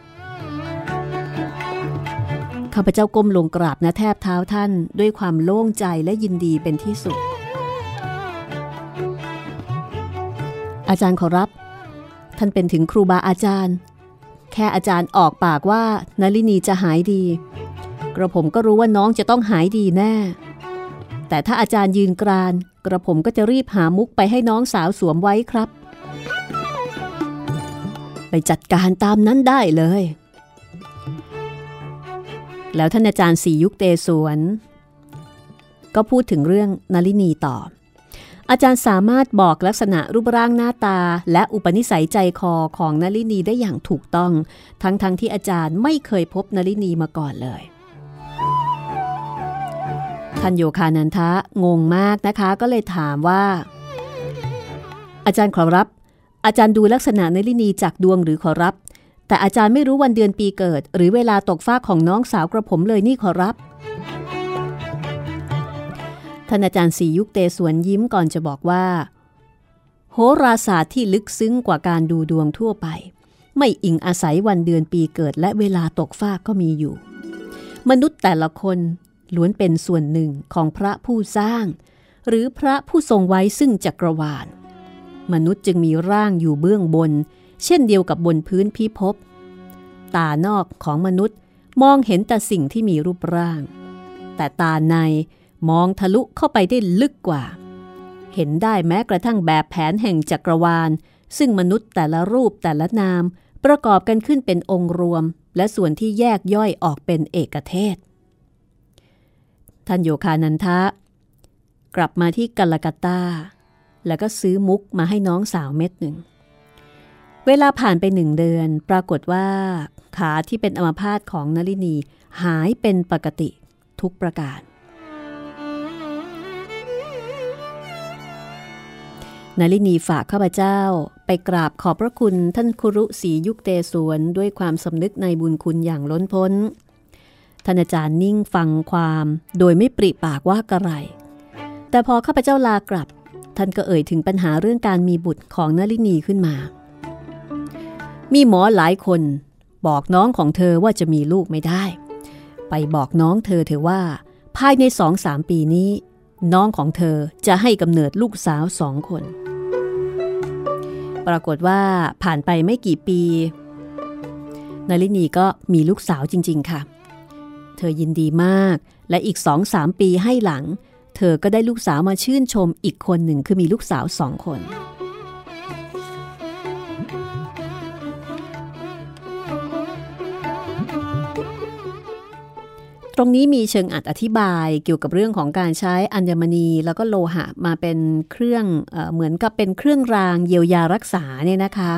ข้าพเจ้าก้มลงกราบณแทบเท้าท่านด้วยความโล่งใจและยินดีเป็นที่สุดอาจารย์ขอรับท่านเป็นถึงครูบาอาจารย์แค่อาจารย์ออกปากว่านลินีจะหายดีกระผมก็รู้ว่าน้องจะต้องหายดีแน่แต่ถ้าอาจารย์ยืนกรานกระผมก็จะรีบหามุกไปให้น้องสาวสวมไว้ครับไปจัดการตามนั้นได้เลยแล้วท่านอาจารย์ศรียุคเตสวนก็พูดถึงเรื่องนลินีต่ออาจารย์สามารถบอกลักษณะรูปร่างหน้าตาและอุปนิสัยใจคอของนลินีได้อย่างถูกต้องทั้งๆ ท, ที่อาจารย์ไม่เคยพบนลินีมาก่อนเลยท่านโยคานันทะงงมากนะคะก็เลยถามว่าอาจารย์ขอรับอาจารย์ดูลักษณะนลินีจากดวงหรือขอรับแต่อาจารย์ไม่รู้วันเดือนปีเกิดหรือเวลาตกฟากของน้องสาวกระผมเลยนี่ขอรับท่านอาจารย์ศรียุคเตสวนยิ้มก่อนจะบอกว่าโหราศาสตร์ที่ลึกซึ้งกว่าการดูดวงทั่วไปไม่อิงอาศัยวันเดือนปีเกิดและเวลาตกฟากก็มีอยู่มนุษย์แต่ละคนล้วนเป็นส่วนหนึ่งของพระผู้สร้างหรือพระผู้ทรงไว้ซึ่งจักรวาลมนุษย์จึงมีร่างอยู่เบื้องบนเช่นเดียวกับบนพื้นพิภพตานอกของมนุษย์มองเห็นแต่สิ่งที่มีรูปร่างแต่ตาในมองทะลุเข้าไปได้ลึกกว่าเห็นได้แม้กระทั่งแบบแผนแห่งจักรวาลซึ่งมนุษย์แต่ละรูปแต่ละนามประกอบกันขึ้นเป็นองค์รวมและส่วนที่แยกย่อยออกเป็นเอกเทศท่านโยคานันทะกลับมาที่กัลกัตตาแล้วก็ซื้อมุกมาให้น้องสาวเม็ดหนึ่งเวลาผ่านไปหนึ่งเดือนปรากฏว่าขาที่เป็นอัมพาตของนลินีหายเป็นปกติทุกประการนลินีฝากข้าพเจ้าไปกราบขอบพระคุณท่านคุรุศรียุคเตศวรด้วยความสำนึกในบุญคุณอย่างล้นพ้นท่านอาจารย์นิ่งฟังความโดยไม่ปริปากว่ากระไรแต่พอข้าพเจ้าลากลับท่านก็เอ่ยถึงปัญหาเรื่องการมีบุตรของนลินีขึ้นมามีหมอหลายคนบอกน้องของเธอว่าจะมีลูกไม่ได้ไปบอกน้องเธอเถอะว่าภายใน สองถึงสาม ปีนี้น้องของเธอจะให้กำเนิดลูกสาวสองคนปรากฏว่าผ่านไปไม่กี่ปีนลินีก็มีลูกสาวจริงๆค่ะเธอยินดีมากและอีก สองถึงสาม ปีให้หลังเธอก็ได้ลูกสาวมาชื่นชมอีกคนหนึ่งคือมีลูกสาวสองคนตรงนี้มีเชิงอธิบายเกี่ยวกับเรื่องของการใช้อัญมณีแล้วก็โลหะมาเป็นเครื่อง เอ่อ เหมือนกับเป็นเครื่องรางเยียวยารักษาเนี่ยนะคะ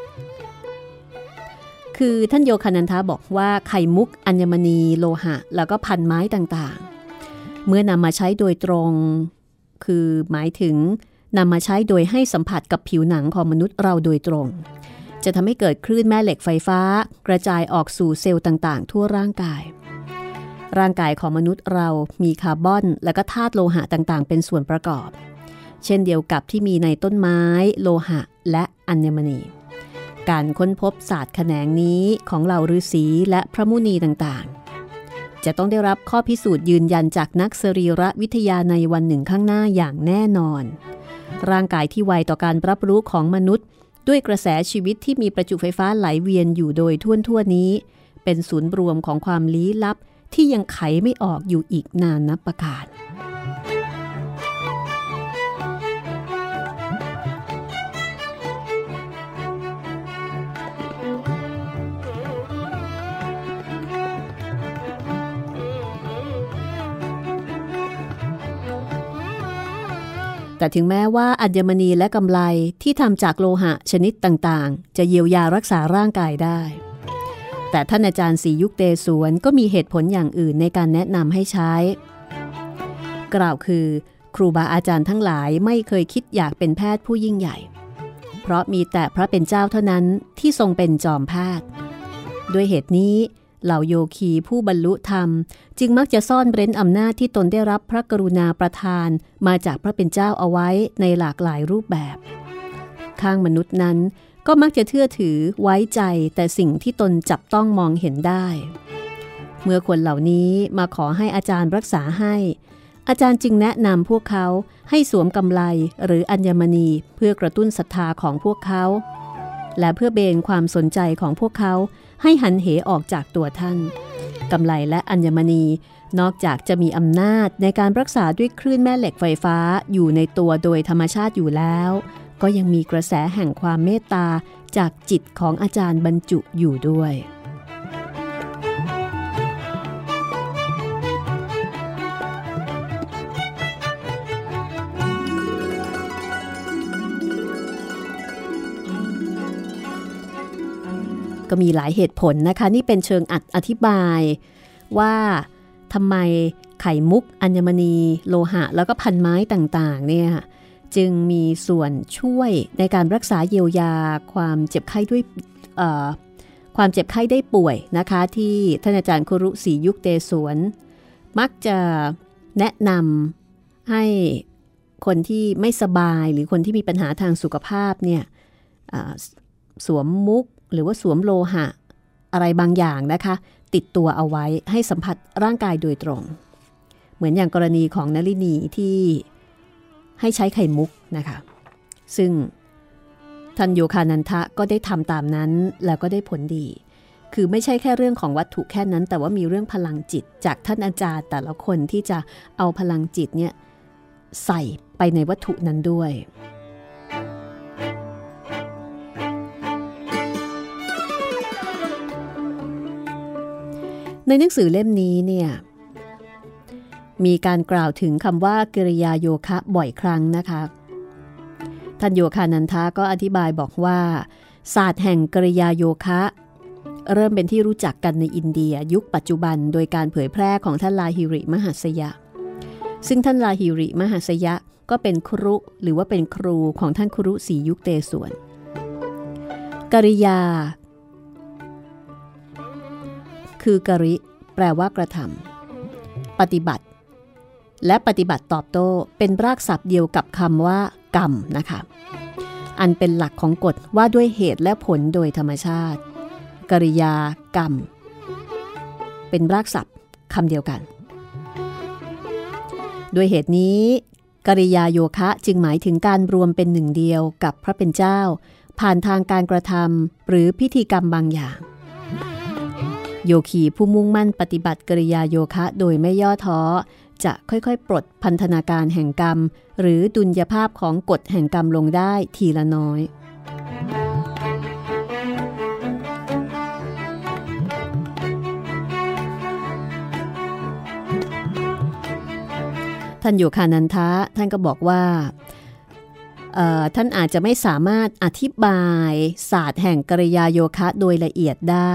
คือท่านโยคานันทะบอกว่าไข่มุกอัญมณีโลหะแล้วก็พันไม้ต่างๆเมื่อนำมาใช้โดยตรงคือหมายถึงนำมาใช้โดยให้สัมผัสกับผิวหนังของมนุษย์เราโดยตรงจะทำให้เกิดคลื่นแม่เหล็กไฟฟ้ากระจายออกสู่เซลล์ต่างๆทั่วร่างกายร่างกายของมนุษย์เรามีคาร์บอนและก็ธาตุโลหะต่างๆเป็นส่วนประกอบเช่นเดียวกับที่มีในต้นไม้โลหะและอัญมณีการค้นพบศาสตร์แขนงนี้ของเหล่าฤาษีและพระมุนีต่างๆจะต้องได้รับข้อพิสูจน์ยืนยันจากนักสรีรวิทยาในวันหนึ่งข้างหน้าอย่างแน่นอนร่างกายที่ไวต่อการรับรู้ของมนุษย์ด้วยกระแสชีวิตที่มีประจุไฟฟ้าไหลเวียนอยู่โดยทั่วๆนี้เป็นศูนย์รวมของความลี้ลับที่ยังไขไม่ออกอยู่อีกนานนับประการแต่ถึงแม้ว่าอัญมณีและกำไลที่ทำจากโลหะชนิดต่างๆจะเยียวยารักษาร่างกายได้แต่ท่านอาจารย์ศรียุคเตศวรก็มีเหตุผลอย่างอื่นในการแนะนำให้ใช้กล่าวคือครูบาอาจารย์ทั้งหลายไม่เคยคิดอยากเป็นแพทย์ผู้ยิ่งใหญ่เพราะมีแต่พระเป็นเจ้าเท่านั้นที่ทรงเป็นจอมแพทย์ด้วยเหตุนี้เหล่าโยคีผู้บรรลุธรรมจึงมักจะซ่อนเร้นอำนาจที่ตนได้รับพระกรุณาประทานมาจากพระเป็นเจ้าเอาไว้ในหลากหลายรูปแบบข้างมนุษย์นั้นก็มักจะเชื่อถือไว้ใจแต่สิ่งที่ตนจับต้องมองเห็นได้เมื่อคนเหล่านี้มาขอให้อาจารย์รักษาให้อาจารย์จึงแนะนำพวกเขาให้สวมกำไลหรืออัญมณีเพื่อกระตุ้นศรัทธาของพวกเขาและเพื่อเบนความสนใจของพวกเขาให้หันเหออกจากตัวท่านกำไลและอัญมณีนอกจากจะมีอำนาจในการรักษาด้วยคลื่นแม่เหล็กไฟฟ้าอยู่ในตัวโดยธรรมชาติอยู่แล้วก็ยังมีกระแสแห่งความเมตตาจากจิตของอาจารย์บรรจุอยู่ด้วยก็มีหลายเหตุผลนะคะนี่เป็นเชิงอธิบายว่าทำไมไข่มุกอัญมณีโลหะแล้วก็พันไม้ต่างๆเนี่ยจึงมีส่วนช่วยในการรักษาเยียวยาความเจ็บไข้ด้วยความเจ็บไข้ได้ป่วยนะคะที่ท่านอาจารย์คุรุศรียุคเตศวรมักจะแนะนำให้คนที่ไม่สบายหรือคนที่มีปัญหาทางสุขภาพเนี่ยสวมมุกหรือว่าสวมโลหะอะไรบางอย่างนะคะติดตัวเอาไว้ให้สัมผัสร่างกายโดยตรงเหมือนอย่างกรณีของนลินีที่ให้ใช้ไข่มุกนะคะซึ่งท่านโยคานันทะก็ได้ทำตามนั้นแล้วก็ได้ผลดีคือไม่ใช่แค่เรื่องของวัตถุแค่นั้นแต่ว่ามีเรื่องพลังจิตจากท่านอาจารย์แต่ละคนที่จะเอาพลังจิตเนี่ยใส่ไปในวัตถุนั้นด้วยในหนังสือเล่มนี้เนี่ยมีการกล่าวถึงคำว่ากริยาโยคะบ่อยครั้งนะคะท่านโยคานันทะก็อธิบายบอกว่าศาสตร์แห่งกริยาโยคะเริ่มเป็นที่รู้จักกันในอินเดียยุคปัจจุบันโดยการเผยแพร่ของท่านลาหิริมหัสยะซึ่งท่านลาหิริมหัสยะก็เป็นครุหรือว่าเป็นครูของท่านครุสียุคเตศวรกริยาคือกริแปลว่ากระทำปฏิบัติและปฏิบัติตอบโต้เป็นรากศัพท์เดียวกับคำว่ากรรมนะคะอันเป็นหลักของกฎว่าด้วยเหตุและผลโดยธรรมชาติกริยากรรมเป็นรากศัพท์คำเดียวกันด้วยเหตุนี้กริยาโยคะจึงหมายถึงการรวมเป็นหนึ่งเดียวกับพระเป็นเจ้าผ่านทางการกระทำหรือพิธีกรรมบางอย่างโยคีผู้มุ่งมั่นปฏิบัติกริยาโยคะโดยไม่ย่อท้อจะค่อยๆปลดพันธนาการแห่งกรรมหรือดุลยภาพของกฎแห่งกรรมลงได้ทีละน้อยท่านโยคานันทะท่านก็บอกว่าท่านอาจจะไม่สามารถอธิบายศาสตร์แห่งกริยาโยคะโดยละเอียดได้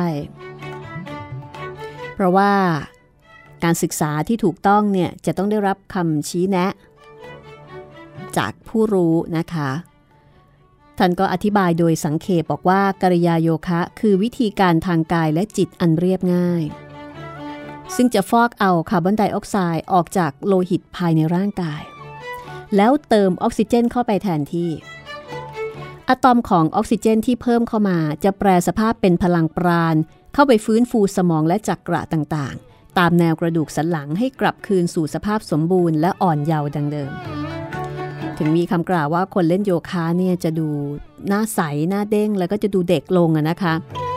เพราะว่าการศึกษาที่ถูกต้องเนี่ยจะต้องได้รับคำชี้แนะจากผู้รู้นะคะท่านก็อธิบายโดยสังเขปบอกว่ากริยาโยคะคือวิธีการทางกายและจิตอันเรียบง่ายซึ่งจะฟอกเอาคาร์บอนไดออกไซด์ออกจากโลหิตภายในร่างกายแล้วเติมออกซิเจนเข้าไปแทนที่อะตอมของออกซิเจนที่เพิ่มเข้ามาจะแปรสภาพเป็นพลังปราณเข้าไปฟื้นฟูสมองและจักระต่างๆตามแนวกระดูกสันหลังให้กลับคืนสู่สภาพสมบูรณ์และอ่อนเยาว์ดังเดิมถึงมีคำกล่าวว่าคนเล่นโยคะเนี่ยจะดูหน้าใสหน้าเด้งแล้วก็จะดูเด็กลงอะนะคะ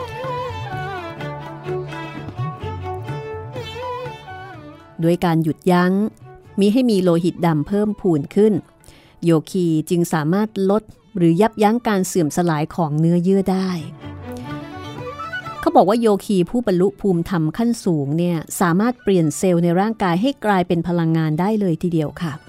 ด้วยการหยุดยั้งมิให้มีโลหิตดำเพิ่มพูนขึ้นโยคีจึงสามารถลดหรือยับยั้งการเสื่อมสลายของเนื้อเยื่อได้เขาบอกว่าโยคีผู้บรรลุภูมิธรรมขั้นสูงเนี่ยสามารถเปลี่ยนเซลล์ในร่างกายให้กลายเป็นพลังงานได้เลยทีเดียวค่ะ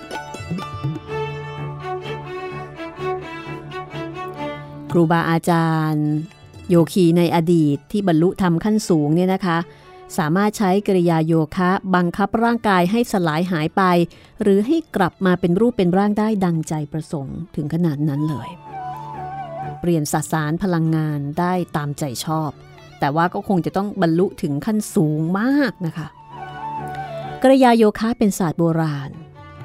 ครูบาอาจารย์โยคีในอดีตที่บรรลุธรรมขั้นสูงเนี่ยนะคะสามารถใช้กริยาโยคะบังคับร่างกายให้สลายหายไปหรือให้กลับมาเป็นรูปเป็นร่างได้ดังใจประสงค์ถึงขนาดนั้นเลยเปลี่ยนสสารพลังงานได้ตามใจชอบแต่ว่าก็คงจะต้องบรรลุถึงขั้นสูงมากนะคะกริยาโยคะเป็นศาสตร์โบราณ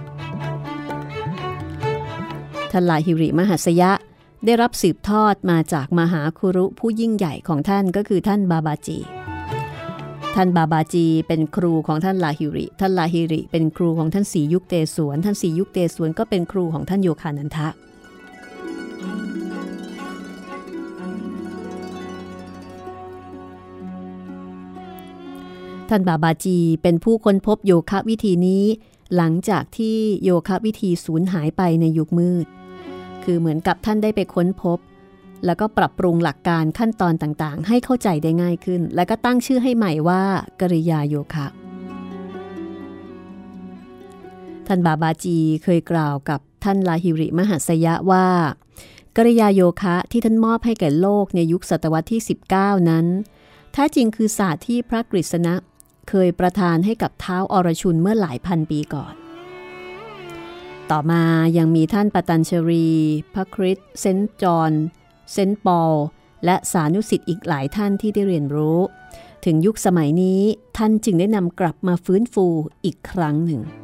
ท่านลาหิริมหัสยะได้รับสืบทอดมาจากมหาคุรุผู้ยิ่งใหญ่ของท่านก็คือท่านบาบาจีท่านบาบาจีเป็นครูของท่านลาหิริท่านลาหิริเป็นครูของท่านสียุคเตศวรท่านสียุคเตศวรก็เป็นครูของท่านโยคานันทะท่านบาบาจีเป็นผู้ค้นพบโยคะวิธีนี้หลังจากที่โยคะวิธีสูญหายไปในยุคมืดคือเหมือนกับท่านได้ไปค้นพบแล้วก็ปรับปรุงหลักการขั้นตอนต่างๆให้เข้าใจได้ง่ายขึ้นแล้วก็ตั้งชื่อให้ใหม่ว่ากริยาโยคะท่านบาบาจีเคยกล่าวกับท่านลาหิริมหัสยะว่ากริยาโยคะที่ท่านมอบให้แก่โลกในยุคศตวรรษที่สิบเก้านั้นแท้จริงคือศาสตร์ที่พระกฤษณะเคยประทานให้กับท้าวอรชุนเมื่อหลายพันปีก่อนต่อมายังมีท่านปตัญชรีพระคริสต์เซนต์จอห์นเซนต์ปอลและสานุสิทธิ์อีกหลายท่านที่ได้เรียนรู้ถึงยุคสมัยนี้ท่านจึงได้นำกลับมาฟื้นฟูอีกครั้งหนึ่ง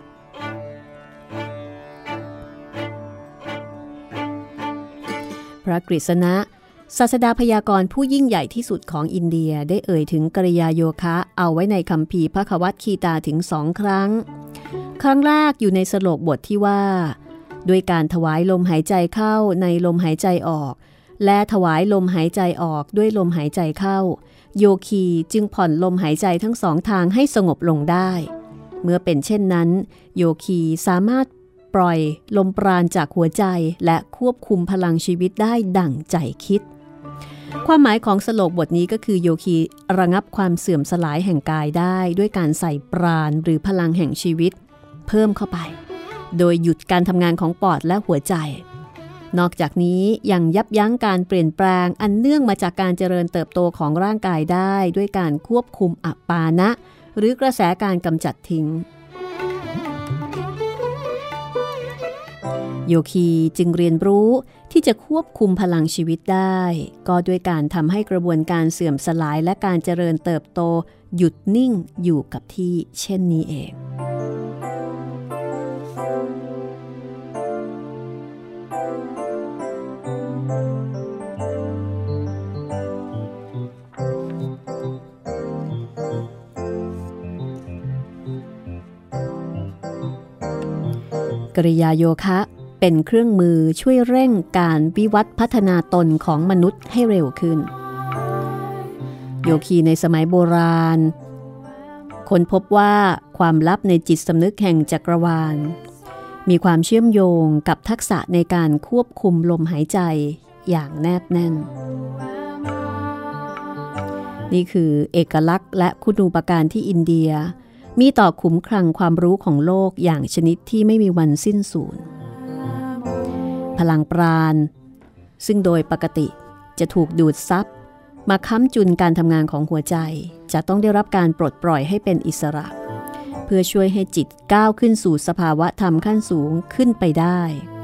พระกฤษณะศาสดาพยากรณ์ผู้ยิ่งใหญ่ที่สุดของอินเดียได้เอ่ยถึงกริยาโยคะเอาไว้ในคัมภีร์ภควคีตาถึงสองครั้งครั้งแรกอยู่ในสโลกบทที่ว่าด้วยการถวายลมหายใจเข้าในลมหายใจออกและถวายลมหายใจออกด้วยลมหายใจเข้าโยคีจึงผ่อนลมหายใจทั้งสองทางให้สงบลงได้เมื่อเป็นเช่นนั้นโยคีสามารถปล่อยลมปราณจากหัวใจและควบคุมพลังชีวิตได้ดั่งใจคิดความหมายของสโลกบทนี้ก็คือโยคีระงับความเสื่อมสลายแห่งกายได้ด้วยการใส่ปราณหรือพลังแห่งชีวิตเพิ่มเข้าไปโดยหยุดการทำงานของปอดและหัวใจนอกจากนี้ยังยับยั้งการเปลี่ยนแปลงอันเนื่องมาจากการเจริญเติบโตของร่างกายได้ด้วยการควบคุมอัปปานะหรือกระแสการกำจัดทิ้งโยคีจึงเรียนรู้ที่จะควบคุมพลังชีวิตได้ก็ด้วยการทำให้กระบวนการเสื่อมสลายและการเจริญเติบโตหยุดนิ่งอยู่กับที่เช่นนี้เองกริยาโยคะเป็นเครื่องมือช่วยเร่งการวิวัฒน์พัฒนาตนของมนุษย์ให้เร็วขึ้นโยคีในสมัยโบราณค้นพบว่าความลับในจิตสำนึกแห่งจักรวาลมีความเชื่อมโยงกับทักษะในการควบคุมลมหายใจอย่างแนบแน่นนี่คือเอกลักษณ์และคุณูปการที่อินเดียมีต่อขุมคลังความรู้ของโลกอย่างชนิดที่ไม่มีวันสิ้นสูญพลังปราณซึ่งโดยปกติจะถูกดูดซับมาค้ำจุนการทำงานของหัวใจจะต้องได้รับการปลดปล่อยให้เป็นอิสระเพื่อช่วยให้จิตก้าวขึ้นสู่สภาวะธรรมขั้นสูงขึ้นไปได้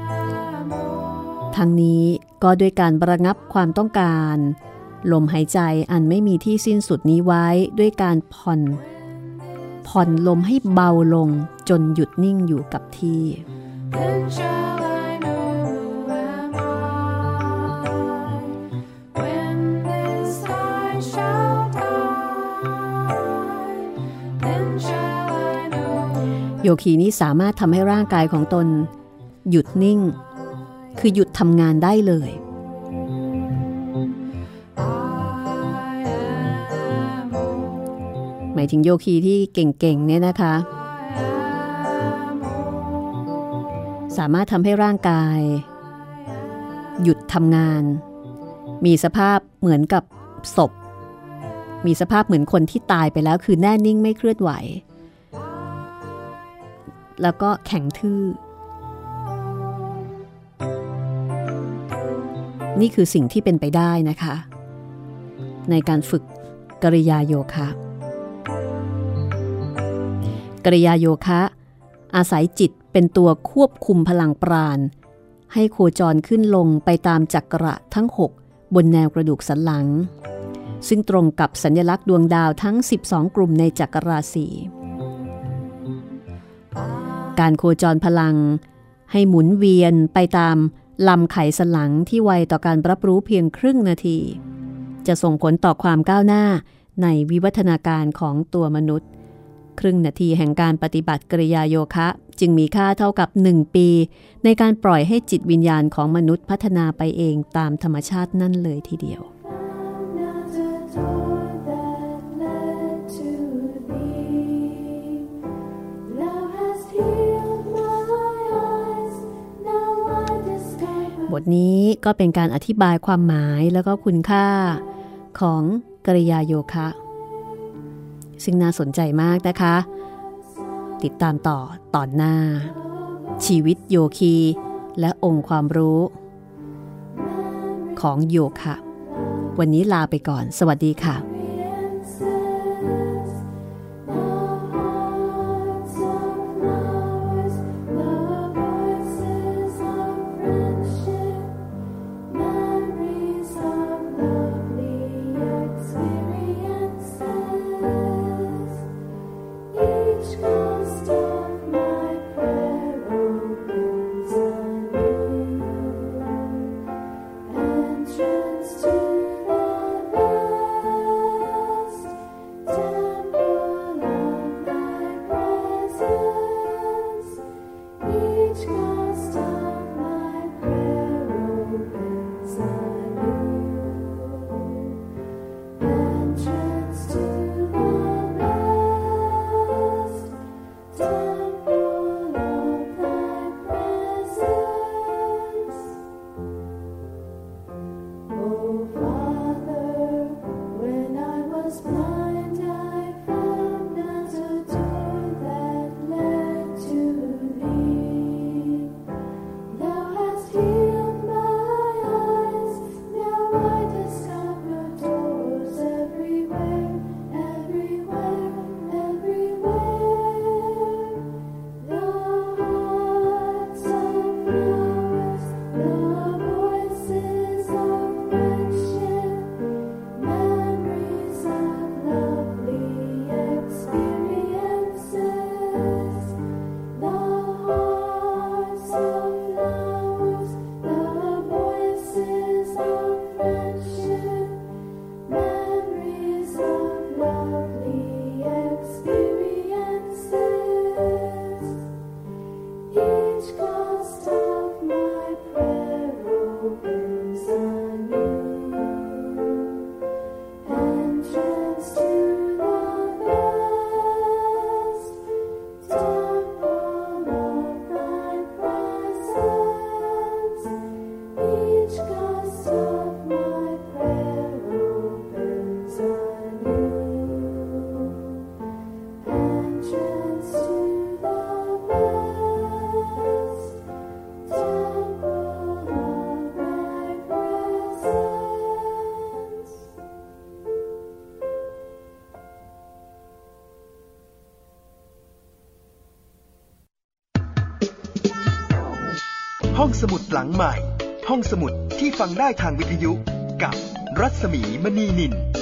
ทั้งนี้ก็ด้วยการระงับความต้องการลมหายใจอันไม่มีที่สิ้นสุดนี้ไว้ด้วยการผ่อนผ่อนลมให้เบาลงจนหยุดนิ่งอยู่กับที่โยคีนี้สามารถทำให้ร่างกายของตนหยุดนิ่งคือหยุดทำงานได้เลยหมายถึงโยคีที่เก่งๆเนี่ยนะคะสามารถทำให้ร่างกายหยุดทำงานมีสภาพเหมือนกับศพมีสภาพเหมือนคนที่ตายไปแล้วคือแน่นิ่งไม่เคลื่อนไหวแล้วก็แข็งทื่อนี่คือสิ่งที่เป็นไปได้นะคะในการฝึกกริยาโยคะกริยาโยคะอาศัยจิตเป็นตัวควบคุมพลังปราณให้โคจรขึ้นลงไปตามจักระทั้งหกบนแนวกระดูกสันหลังซึ่งตรงกับสัญลักษณ์ดวงดาวทั้งสิบสองกลุ่มในจักรราศีการโคจรพลังให้หมุนเวียนไปตามลำไขสันหลังที่ไวต่อการรับรู้เพียงครึ่งนาทีจะส่งผลต่อความก้าวหน้าในวิวัฒนาการของตัวมนุษย์ครึ่งนาทีแห่งการปฏิบัติกริยาโยคะจึงมีค่าเท่ากับหนึ่งปีในการปล่อยให้จิตวิญญาณของมนุษย์พัฒนาไปเองตามธรรมชาตินั่นเลยทีเดียวบทนี้ก็เป็นการอธิบายความหมายแล้วก็คุณค่าของกริยาโยคะซึ่งน่าสนใจมากนะคะติดตามต่อตอนหน้าชีวิตโยคีและองค์ความรู้ของโยคะวันนี้ลาไปก่อนสวัสดีค่ะ Entrance to the ห้องสมุดหลังใหม่ห้องสมุดที่ฟังได้ทางวิทยุกับรัศมีมณีนิน